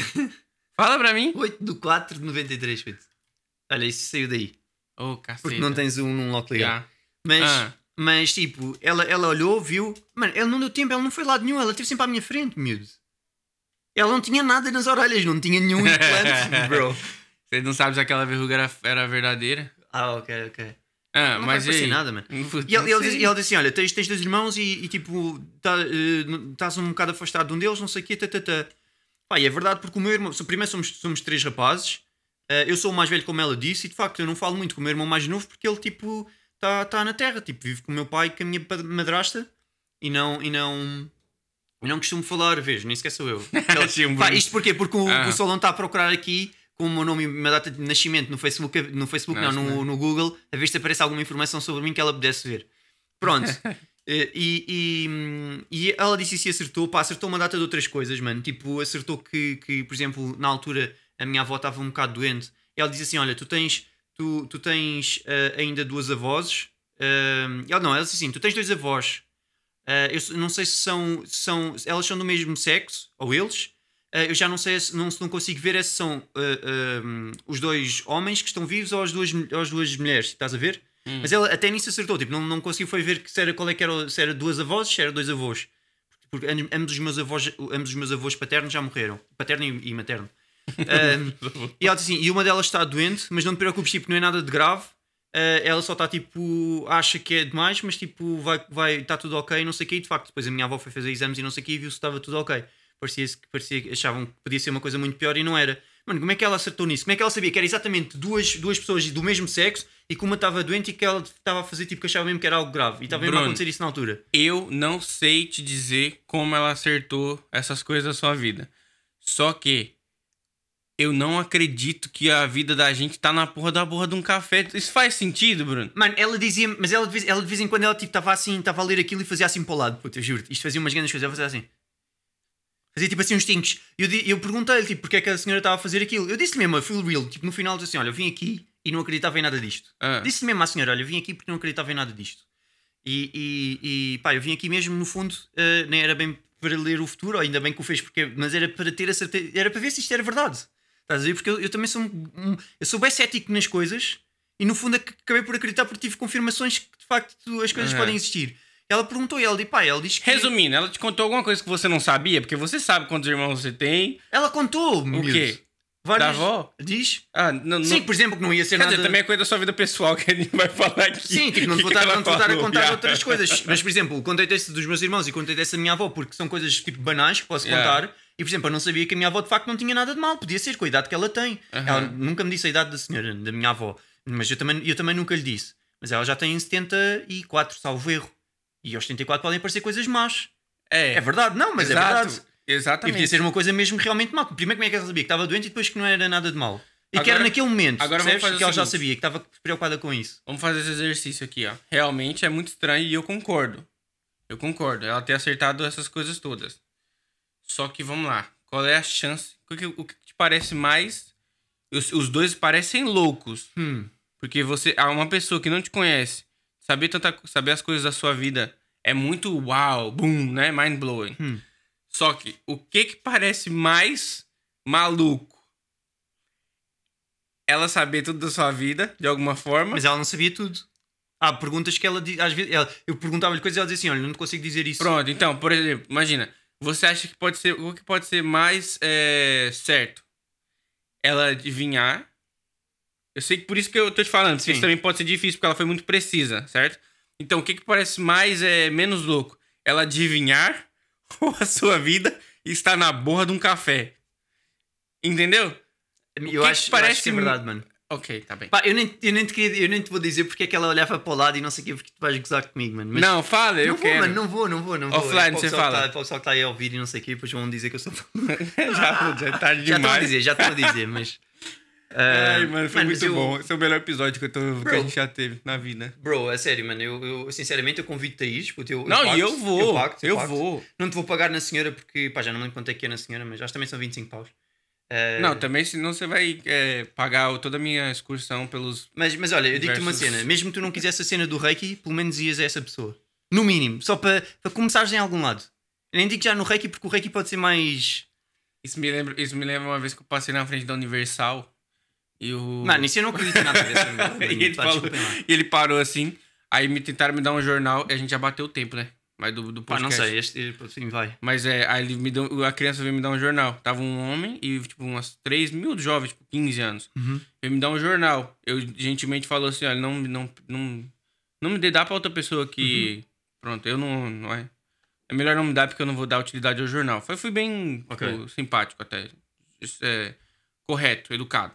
Fala pra mim. oito de quatro de noventa e três, puto. Olha, isso saiu daí. Ô, oh, caceta. Porque não tens um num lock ligado. Já. Mas, Ah. mas tipo, ela, ela olhou, viu. Mano, ela não deu tempo, ela não foi lado nenhum, ela esteve sempre à minha frente, miúdo. Ela não tinha nada nas orelhas, não tinha nenhum implante, bro. Você não sabe se aquela verruga era, era verdadeira? Ah, ok, ok. Ah, Não mas vai e aí? parecer nada, mano. Putz, E ele, não ele, sei. diz- ele disse assim: olha, tens, tens dois irmãos e, e, tipo, tá, eh, n- estás um bocado afastado de um deles, não sei o quê, tatatá. Pá, e é verdade porque o meu irmão, so- primeiro somos, somos três rapazes, eh, eu sou o mais velho, como ela disse, e de facto eu não falo muito com o meu irmão mais novo porque ele, tipo, está tá na terra, tipo, vive com o meu pai e com a minha pa- madrasta e não. E não eu não costumo falar, vês, nem sequer sou eu. Ele- Sim, Pá, Bruno. isto porquê? Porque o, Ah. o Solon está a procurar aqui com o meu nome e uma data de nascimento no Facebook, no Facebook não, Não, no, não. no Google, a ver se aparece alguma informação sobre mim que ela pudesse ver. Pronto. Eh, e, e, hum, e ela disse isso e acertou, pá, acertou uma data de outras coisas, mano. Tipo, acertou que, que por exemplo, na altura a minha avó estava um bocado doente. Ela disse assim: olha, tu tens, tu, tu tens eh, ainda duas avós. Uh, ela não, ela disse assim: tu tens dois avós. Uh, eu s- não sei se são, se são. Elas são do mesmo sexo, ou eles. Uh, eu já não sei se não, se não consigo ver é se são uh, um, os dois homens que estão vivos ou as duas, ou as duas mulheres, estás a ver? Mas ela até nisso acertou, tipo, não, não conseguiu foi ver que se era, qual é que era, o- se era duas avós, se era dois avós. Porque am- ambos os meus avós, ambos os meus avós paternos já morreram, paterno e, e materno. Um, e ela disse assim: e uma delas está doente, mas não te preocupes, tipo, não é nada de grave. Uh, ela só está tipo, acha que é demais, mas tipo, vai, vai, está tudo ok, não sei o quê. E de facto, depois a minha avó foi fazer exames e não sei o quê e viu se estava tudo ok. Parecia que parecia, achavam que podia ser uma coisa muito pior e não era. Mano, como é que ela acertou nisso? Como é que ela sabia que era exatamente duas, duas pessoas do mesmo sexo e que uma estava doente e que ela estava a fazer tipo que achava mesmo que era algo grave e estava mesmo a Bruno. acontecer isso na altura? Eu não sei te dizer como ela acertou essas coisas da sua vida. Só que eu não acredito que a vida da gente tá na porra da porra de um café. Isso faz sentido, Bruno? Mano, ela dizia, mas ela de vez, ela de vez em quando ela tipo estava assim, estava a ler aquilo e fazia assim para o lado, puta, eu juro, isto fazia umas grandes coisas, ela fazia assim. Fazia tipo assim uns tinques. Eu, di- eu perguntei-lhe tipo, porque é que a senhora estava a fazer aquilo. Eu disse-lhe mesmo, a feel real, tipo no final disse assim: olha, eu vim aqui e não acreditava em nada disto. Ah. Disse-lhe mesmo à senhora: olha, eu vim aqui porque não acreditava em nada disto. E, e, e pá, eu vim aqui mesmo no fundo, eh, nem era bem para ler o futuro, ou ainda bem que o fez, porque, mas era para ter a certeza, era para ver se isto era verdade. Estás a ver? Porque eu, eu também sou um, um- eu sou bem cético nas coisas e no fundo ac- acabei por acreditar porque tive confirmações que de facto as coisas Aham. podem existir. Ela perguntou e ela disse: pá, ela diz que. Resumindo, ela te contou alguma coisa que você não sabia? Porque você sabe quantos irmãos você tem. Ela contou, O quê? Várias... Da avó? Diz? Ah, não, não... Sim, por exemplo, que não ia ser Quer nada. dizer, também é coisa da sua vida pessoal que a gente vai falar aqui. Sim, tipo, não te Que vou estar, que ela não te vou estar a falou, contar já. outras coisas. Mas, por exemplo, contei desse dos meus irmãos e contei dessa da minha avó, porque são coisas tipo banais que posso Yeah. contar. E, por exemplo, eu não sabia que a minha avó de facto não tinha nada de mal. Podia ser com a idade que ela tem. Aham. Ela nunca me disse a idade da senhora, da minha avó. Mas eu também, eu também nunca lhe disse. Mas ela já tem setenta e quatro, salvo erro. E aos setenta e quatro podem aparecer coisas más. É, É verdade, não, mas exato, é verdade. E Exatamente. podia ser uma coisa mesmo realmente mal. Primeiro, como é que ela sabia que estava doente e depois que não era nada de mal? E que Agora- era naquele momento, agora vamos percebes? fazer o Que ela já seguinte. sabia, que estava preocupada com isso. Vamos fazer esse exercício aqui, ó. Realmente é muito estranho e eu concordo. Eu concordo. Ela ter acertado essas coisas todas. Só que vamos lá. Qual é a chance? O que, o que te parece mais? Os, os dois parecem loucos. Hum. Porque você, ah, uma pessoa que não te conhece, saber, tanta, saber as coisas da sua vida é muito uau, boom, né? Mind blowing. Hum. Só que o que que parece mais maluco? Ela saber tudo da sua vida, de alguma forma. Mas ela não sabia tudo. Há perguntas que ela diz, às vezes, ela- eu perguntava-lhe coisas e ela dizia assim: olha, não te consigo dizer isso. Pronto, então, por exemplo, imagina, Você acha que pode ser... O que pode ser mais é, certo? Ela adivinhar. Eu sei que por isso que eu tô te falando. Porque Sim. isso também pode ser difícil, porque ela foi muito precisa, certo? Então, o que, que parece mais é, menos louco? Ela adivinhar ou a sua vida está na borra de um café? Entendeu? Eu que acho, que eu acho parece que é verdade, mano. Ok, tá bem. Pá, eu nem, eu, nem te queria, eu nem te vou dizer porque é que ela olhava para o lado e não sei o quê, porque tu vais gozar comigo, mano. Mas Não, fala, eu não vou, quero. mano, não vou, não vou, não vou. Offline, É para o você pessoal que fala. tá- para o pessoal que está aí a ouvir e não sei o quê, depois vão dizer que eu sou. já, já é tarde Já estão a demais. dizer, já estão a dizer, mas. Ai, ah, mano, foi mas muito eu- bom. Esse é o melhor episódio que, eu tô, que Bro. a gente já teve na vida. Bro, é sério, mano, eu, eu sinceramente eu convido-te a ir, puto, eu, Não, eu e eu pacto, vou. Eu, pacto, Eu pacto. vou. Não te vou pagar na senhora porque, pá, já não me lembro quanto é que é na senhora, mas acho que também são vinte e cinco paus. Ah, Não, também senão você vai é, pagar toda a minha excursão pelos... Mas, mas olha, eu digo-te uma Versus- cena, mesmo que tu não quisesse a cena do Reiki, pelo menos ias a essa pessoa. No mínimo, só para, para começares em algum lado. Eu nem digo já no Reiki porque o Reiki pode ser mais. Isso me, lembra, isso me lembra uma vez que eu passei na frente da Universal e o... Mano, isso eu não acredito em nada dessa. e ele, falou, e ele parou assim, aí me tentaram me dar um jornal e a gente já bateu o tempo, né? Mas do, do Pá, não podcast. sei, este, assim, vai. Mas é, aí ele me deu, a criança veio me dar um jornal. Tava um homem e, tipo, umas três mil jovens, tipo, quinze anos. Uhum. Veio me dar um jornal. Eu gentilmente falou assim, olha, não, não, não, não me dê, dá pra outra pessoa que... Pronto, eu não, não é... É melhor não me dar porque eu não vou dar utilidade ao jornal. Foi, fui bem Ok. tipo, simpático até. Isso é, correto, educado.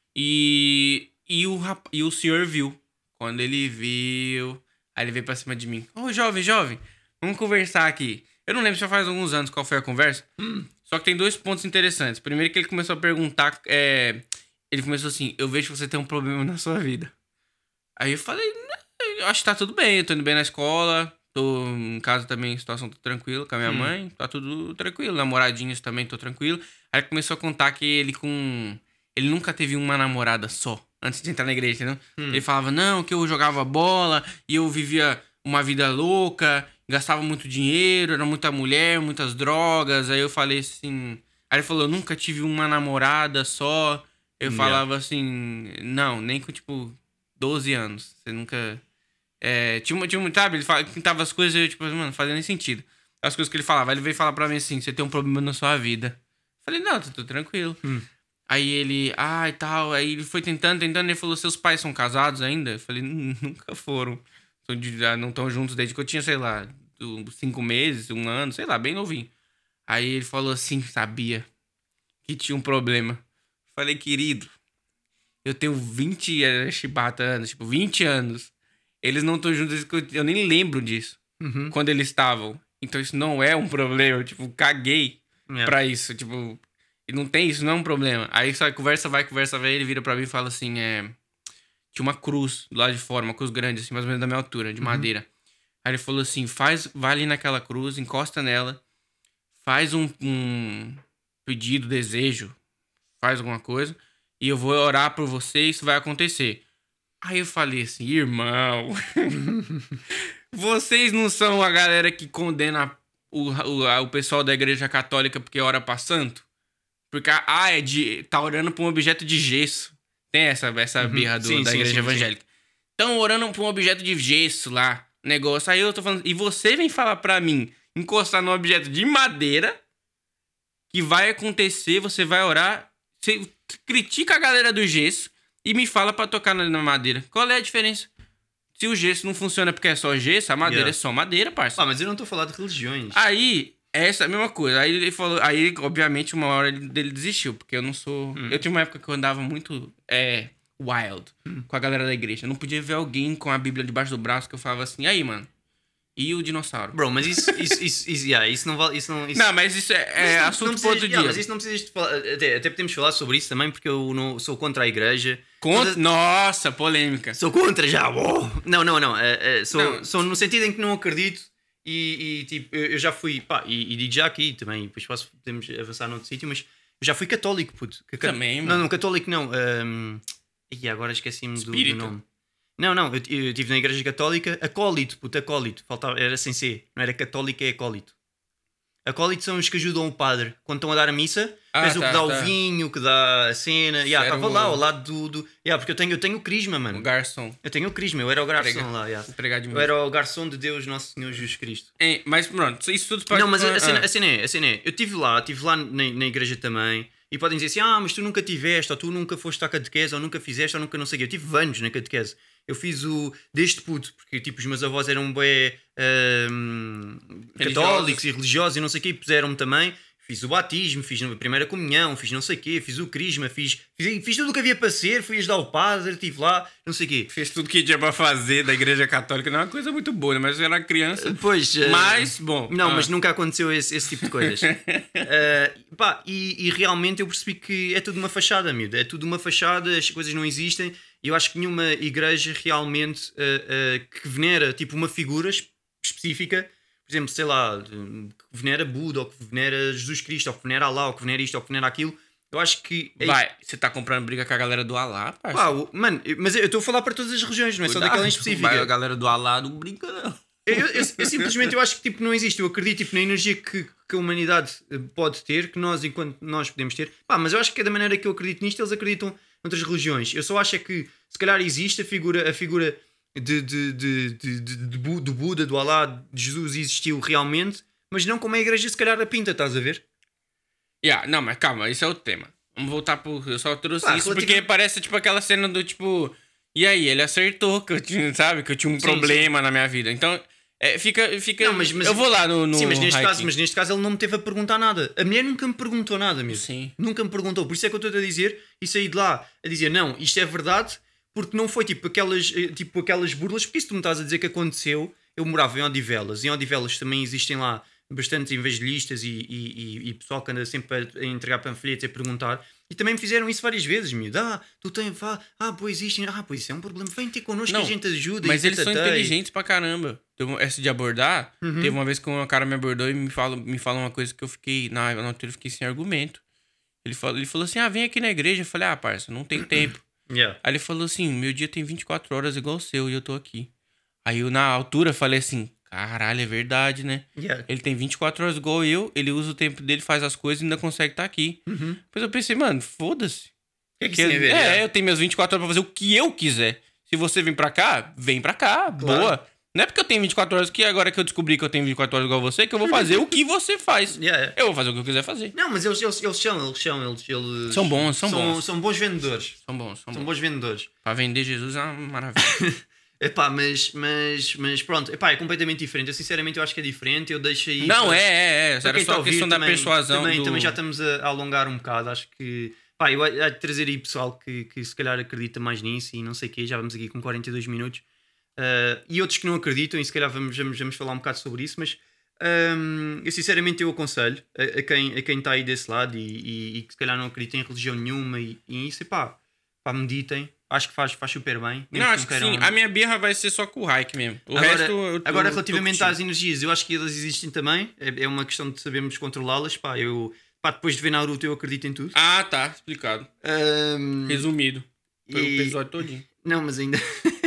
E, e, o rap, e o senhor viu. Quando ele viu... Aí ele veio pra cima de mim. Ô, jovem, jovem, vamos conversar aqui. Eu não lembro se já faz alguns anos qual foi a conversa. Só que tem dois pontos interessantes. Primeiro que ele começou a perguntar... É, ele começou assim, eu vejo que você tem um problema na sua vida. Aí eu falei, "Não, eu acho que tá tudo bem. Eu tô indo bem na escola. Tô em casa também, a situação tá tranquila com a minha Hum. mãe. Tá tudo tranquilo. Namoradinhos também, tô tranquilo. Aí ele começou a contar que ele com... Ele nunca teve uma namorada só. Antes de entrar na igreja, entendeu? Hum. Ele falava, não, que eu jogava bola e eu vivia uma vida louca, gastava muito dinheiro, era muita mulher, muitas drogas. Aí eu falei assim... Aí ele falou, eu nunca tive uma namorada só. Eu Yeah. falava assim, não, nem com, tipo, doze anos. Você nunca... É, tinha, uma- tinha, um- sabe, ele fala- pintava as coisas e eu, tipo, mano, não fazia nem sentido. As coisas que ele falava. Aí ele veio falar pra mim assim, você tem um problema na sua vida. Eu falei, não, tô, tô tranquilo. Hum. Aí ele, ah, e tal. Aí ele foi tentando, tentando. Ele falou, seus pais são casados ainda? Eu falei, "Nun- nunca foram. Tão de- ah, não estão juntos desde que eu tinha, sei lá, do- cinco meses, um ano, sei lá, bem novinho. Aí ele falou assim, sabia que tinha um problema. Eu falei, querido, eu tenho vinte eh, chibata anos, tipo, vinte anos. Eles não estão juntos desde que eu, eu nem lembro disso. Uhum. Quando eles estavam. Então isso não é um problema. Eu, tipo, caguei Yeah. pra isso. Tipo, e não tem isso, não é um problema. Aí só conversa vai, conversa vai. Ele vira pra mim e fala assim: é. Tinha uma cruz do lado de fora, uma cruz grande, assim, mais ou menos da minha altura, de madeira. Aí ele falou assim: faz, vai ali naquela cruz, encosta nela, faz um, um pedido, desejo, faz alguma coisa, e eu vou orar por você e isso vai acontecer. Aí eu falei assim, irmão, vocês não são a galera que condena o, o, a- o pessoal da igreja católica porque ora pra santo? Porque, ah, é de, tá orando pra um objeto de gesso. Tem essa, essa birra do- Sim, da sim, igreja sim, sim. evangélica. Estão orando pra um objeto de gesso lá, negócio. Aí eu tô falando, e você vem falar pra mim, encostar num objeto de madeira, que vai acontecer, você vai orar, você critica a galera do gesso e me fala pra tocar na, na madeira. Qual é a diferença? Se o gesso não funciona porque é só gesso, a madeira Yeah. é só madeira, parça. Ah, mas eu não estou a falar de religiões. Aí, essa é a mesma coisa. Aí ele falou, aí, obviamente, uma hora ele, ele desistiu, porque eu não sou. Hum. Eu tinha uma época que eu andava muito é, wild com a galera da igreja. Eu não podia ver alguém com a Bíblia debaixo do braço que eu falava assim, aí, mano. E o dinossauro? Bro, mas isso, isso, isso, isso, yeah, isso não vale. Isso não, isso... Não, mas isso é, Mas é isso não- assunto não para outro precisas- dia. yeah, mas isso não precisas de falar. Até, até podemos falar sobre isso também, porque eu não sou contra a igreja. Contra... Todas- Nossa, polêmica. Sou contra já. uou! Não, não, não. é, é, sou, Não. sou no sentido em que não acredito e, e, tipo, eu, eu já fui. Pá, e, e digo já aqui também, depois posso, podemos avançar noutro sítio, mas eu já fui católico, puto. Que- Também, Não, mano. não, católico não. Um, e agora esqueci-me do, do Espírita. nome. Não, não, eu eu estive na igreja católica, acólito, puto, acólito. Faltava, era sem C, não era católico, é acólito. Acólitos são os que ajudam o padre. Quando estão a dar a missa, Ah, és o tá, que dá tá. o vinho, o que dá a cena. Yeah, Era estava o- lá ao lado do. do... Yeah, porque eu tenho, eu tenho o crisma, O mano. garçom. Eu tenho o crisma, eu era o garçom Prega- lá. Yeah. Pregar de Eu mim. era o garçom de Deus, Nosso Senhor Jesus Cristo. É, mas pronto, isso tudo para... Não, mas a, a cena, Ah. a, cena é, a cena é, eu estive lá, estive lá na, na igreja também, e podem dizer assim, ah, mas tu nunca tiveste, ou tu nunca foste à catequese, ou nunca fizeste, ou nunca não sei o quê. Eu tive anos na catequese. Eu fiz o desde puto, porque tipo, os meus avós eram bem católicos e religiosos e não sei o quê, e puseram-me também. Fiz o batismo, fiz a primeira comunhão, fiz não sei o quê, fiz o crisma, fiz, fiz, fiz tudo o que havia para ser, fui ajudar o padre, estive lá, não sei o quê. Fez tudo que tinha pra fazer da igreja católica. Não é uma coisa muito boa, né? Mas eu era criança. Pois, eh, Mas, bom... Não, ah. mas nunca aconteceu esse, esse tipo de coisas. Uh, pá, e, e realmente eu percebi que é tudo uma fachada, miúdo. É tudo uma fachada, as coisas não existem. E eu acho que nenhuma igreja realmente uh, uh, que venera tipo uma figura es- específica, por exemplo, sei lá, que venera Buda, ou que venera Jesus Cristo, ou que venera Allah, ou que venera isto, ou que venera aquilo. Eu acho que. é- Vai, você tá comprando briga com a galera do Alá, Pá, parça? o- mano, eu- mas eu estou a falar para todas as religiões, não é só Cuidado, daquela em específica. vai, a galera do Alá não brinca, não. Eu, eu- eu simplesmente eu acho que tipo, não existe. Eu acredito tipo, na energia que, que a humanidade eh, pode ter, que nós, enquanto nós podemos ter. Pá, mas eu acho que é da maneira que eu acredito nisto, eles acreditam noutras religiões. Eu só acho é que se calhar existe a figura, a figura de, de, de, de, de- de Bu- do Buda, do Alá, de Jesus existiu realmente, mas não como a igreja se calhar a pinta, estás a ver? Yeah, não, mas calma, esse é o tema. Vamos voltar pro... Eu só trouxe Ah, isso relativa- porque parece tipo aquela cena do tipo... E aí, ele acertou que eu tinha, sabe? Que eu tinha um Sim, problema na minha vida. Então, é, fica... fica... Não, mas- mas- eu vou lá no... no Sim, mas neste, hiking. caso, mas neste caso ele não me teve a perguntar nada. A mulher nunca me perguntou nada mesmo. Sim. Nunca me perguntou. Por isso é que eu estou a dizer e saí de lá a dizer não, isto é verdade, porque não foi tipo aquelas, eh, tipo aquelas burlas. Porque isso tu me estás a dizer que aconteceu. Eu morava em Odivelas. Em Odivelas também existem lá bastantes evangelistas e, e, e, e pessoal que anda sempre a, a entregar panfletos e a perguntar. E também me fizeram isso várias vezes, miúdo. Ah, tu tens. Ah, ah, pois existem. Ah, pois isso é um problema. Vem ter connosco Não, que a gente ajuda. Mas e eles são tatatá, e- inteligentes pra caramba. Teve um- Essa de abordar, Uhum. teve uma vez que um cara me abordou e me fala, me fala uma coisa que eu fiquei... Na na altura eu fiquei sem argumento. Ele falou, ele falou assim, ah, vem aqui na igreja. Eu falei, ah, parça, não tem tempo. Yeah. Aí ele falou assim, meu dia tem vinte e quatro horas igual o seu e eu tô aqui. Aí eu, na altura, falei assim, caralho, é verdade, né? Yeah. Ele tem vinte e quatro horas igual eu, ele usa o tempo dele, faz as coisas e ainda consegue estar aqui. Uhum. Depois eu pensei, mano, foda-se. O que é que Que isso tem a ver? é, Yeah. eu tenho meus vinte e quatro horas pra fazer o que eu quiser. Se você vir pra cá, vem pra cá, Claro. boa. Não é porque eu tenho vinte e quatro horas que agora que eu descobri que eu tenho vinte e quatro horas igual você, que eu vou fazer o que você faz. Yeah, yeah. Eu vou fazer o que eu quiser fazer. Não, mas eles, eles, eles são, eles são, eles, eles São bons, são bons. São bons vendedores. São bons, são São bons. bons vendedores. Pra vender Jesus é uma maravilha. Epá, mas, mas, mas pronto, epá, é completamente diferente. Eu sinceramente eu acho que é diferente. Eu deixo aí. Não, para- é, é, é. para Era quem está só a a ouvir questão da também- persuasão Também, do... também já estamos a, a alongar um bocado. Acho que. Pá, eu há de trazer aí pessoal que, que se calhar acredita mais nisso e não sei o quê. Já vamos aqui com quarenta e dois minutos. Ah, e outros que não acreditam, e se calhar vamos, vamos, vamos falar um bocado sobre isso. Mas ahm, eu sinceramente eu aconselho a, a quem a quem está aí desse lado e, e, e que se calhar não acredita em religião nenhuma e, e isso, epá, pá, meditem. Acho que faz, faz super bem. Não, Mesmo acho que queiram- sim. A minha birra vai ser só com o Hike mesmo. O agora, resto... eu tô- agora tô relativamente curtindo. às energias, eu acho que elas existem também. É, é uma questão de sabermos controlá-las. Pá, eu, pá, depois de ver Naruto, eu acredito em tudo. Ah, tá. Explicado. Ahm, Resumido. Foi e- o episódio todinho. Não, mas ainda.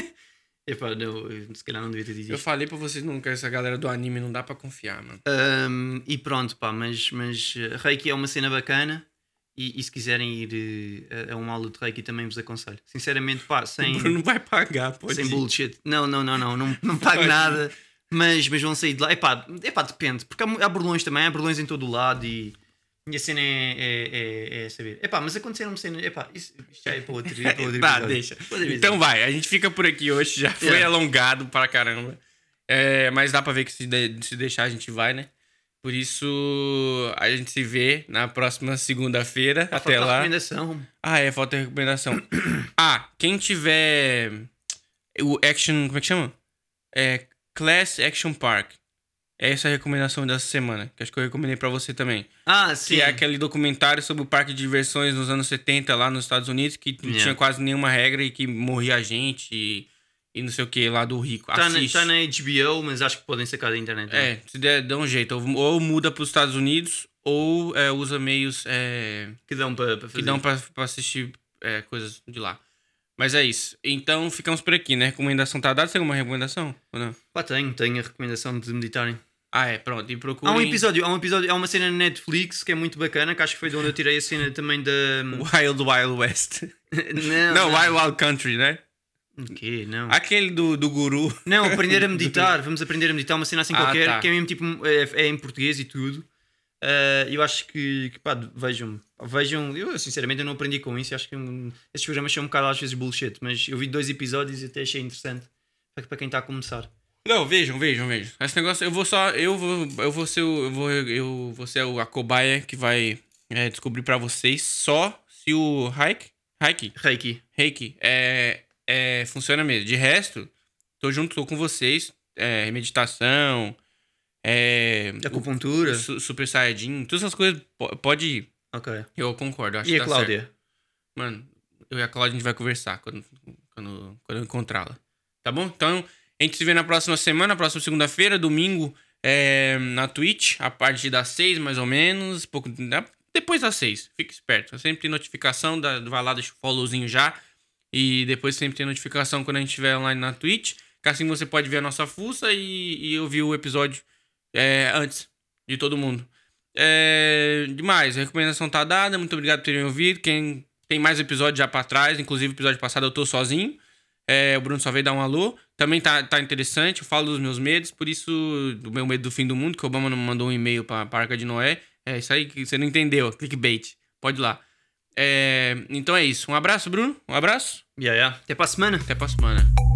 Epá, não, eu se calhar não devia ter dito Eu isto. falei pra vocês nunca, essa galera do anime não dá pra confiar, mano. Ahm, e pronto, pá, mas, mas eh, Reiki é uma cena bacana. E, e se quiserem ir eh, a, a uma aula de Reiki, também vos aconselho. Sinceramente, pá, sem. O Bruno vai pagar, pode sem ir. bullshit. Não, não, não, não, não, não pago Pode. nada. Mas, mas vão sair de lá. Epá, epá, depende. Porque há, mu- há burlões também, há burlões em todo o lado e, e a cena é, é, é, é saber. Epá, mas aconteceram-me cenas. Epá, isso, isto já é para outro, para outro Tá, episódio. deixa. Para outro Então episódio. vai, a gente fica por aqui hoje, já foi Yeah. alongado pra caramba. É, mas dá pra ver que se, de- se deixar a gente vai, né? Por isso, a gente se vê na próxima segunda-feira. Ah, Até falta a lá. recomendação. Ah, é, falta a recomendação. Ah, quem tiver o Action... Como é que chama? É Class Action Park. Essa é a recomendação dessa semana, que acho que eu recomendei pra você também. Ah, sim. Que é aquele documentário sobre o parque de diversões nos anos setenta lá nos Estados Unidos, que não Yeah. tinha quase nenhuma regra e que morria gente e, e não sei o que lá do rico. Está na, Assiste. tá na H B O, mas acho que podem sacar da internet. também. É, se der, dá um jeito. Ou, ou muda pros Estados Unidos, ou é, usa meios é, Que dão para fazer. que dão pra, pra assistir é, coisas de lá. Mas é isso. Então ficamos por aqui, né? Recomendação tá dada? Você tem alguma recomendação? Ou não? Pá, tenho, tenho a recomendação de meditarem. Ah, é, pronto. E Há procurem... um episódio, há um episódio, há uma cena na Netflix que é muito bacana, que acho que foi de onde eu tirei a cena também da... Wild Wild West. não, Não, Wild Wild Country, né? O quê? Não. Aquele do, do guru. Não, aprender a meditar. Vamos aprender a meditar, uma cena assim Ah, qualquer, tá. que é mesmo tipo, é, é em português e tudo. Uh, eu acho que, que pá, vejam, vejam, eu sinceramente eu não aprendi com isso, acho que um, esses programas são um bocado às vezes bullshit, mas eu vi dois episódios e até achei interessante para, para quem está a começar. Não, vejam, vejam, vejam. Esse negócio, eu vou só, eu vou, eu vou ser, o, eu vou, eu vou ser a cobaia que vai é, descobrir pra vocês só se o Reiki, Reiki, Reiki. Reiki é, é, funciona mesmo. De resto, tô junto, tô com vocês, é, meditação, é, Acupuntura. o, su, Super Saiyajin, todas essas coisas, pode ir. Ok. Eu concordo, acho E que a tá Cláudia? certo. Mano, eu e a Cláudia a gente vai conversar quando, quando, quando eu encontrá-la. Tá bom? Então, a gente se vê na próxima semana, próxima segunda-feira, domingo, é, na Twitch, a partir das seis, mais ou menos. Pouco, depois das seis, fica esperto. Sempre tem notificação, da, vai lá, deixa o followzinho já. E depois sempre tem notificação quando a gente estiver online na Twitch. Que assim você pode ver a nossa fuça e, e ouvir o episódio é, antes de todo mundo. É, demais, a recomendação tá dada. Muito obrigado por terem ouvido. Quem tem mais episódios já pra trás, inclusive o episódio passado eu tô sozinho. É, o Bruno só veio dar um alô. Também tá, tá interessante. Eu falo dos meus medos, por isso, do meu medo do fim do mundo, que o Obama não mandou um e-mail pra, pra Arca de Noé. É isso aí que você não entendeu. Clickbait. Pode ir lá. É, então é isso. Um abraço, Bruno. Um abraço. Yeah, yeah. Até para a semana. Até pra semana.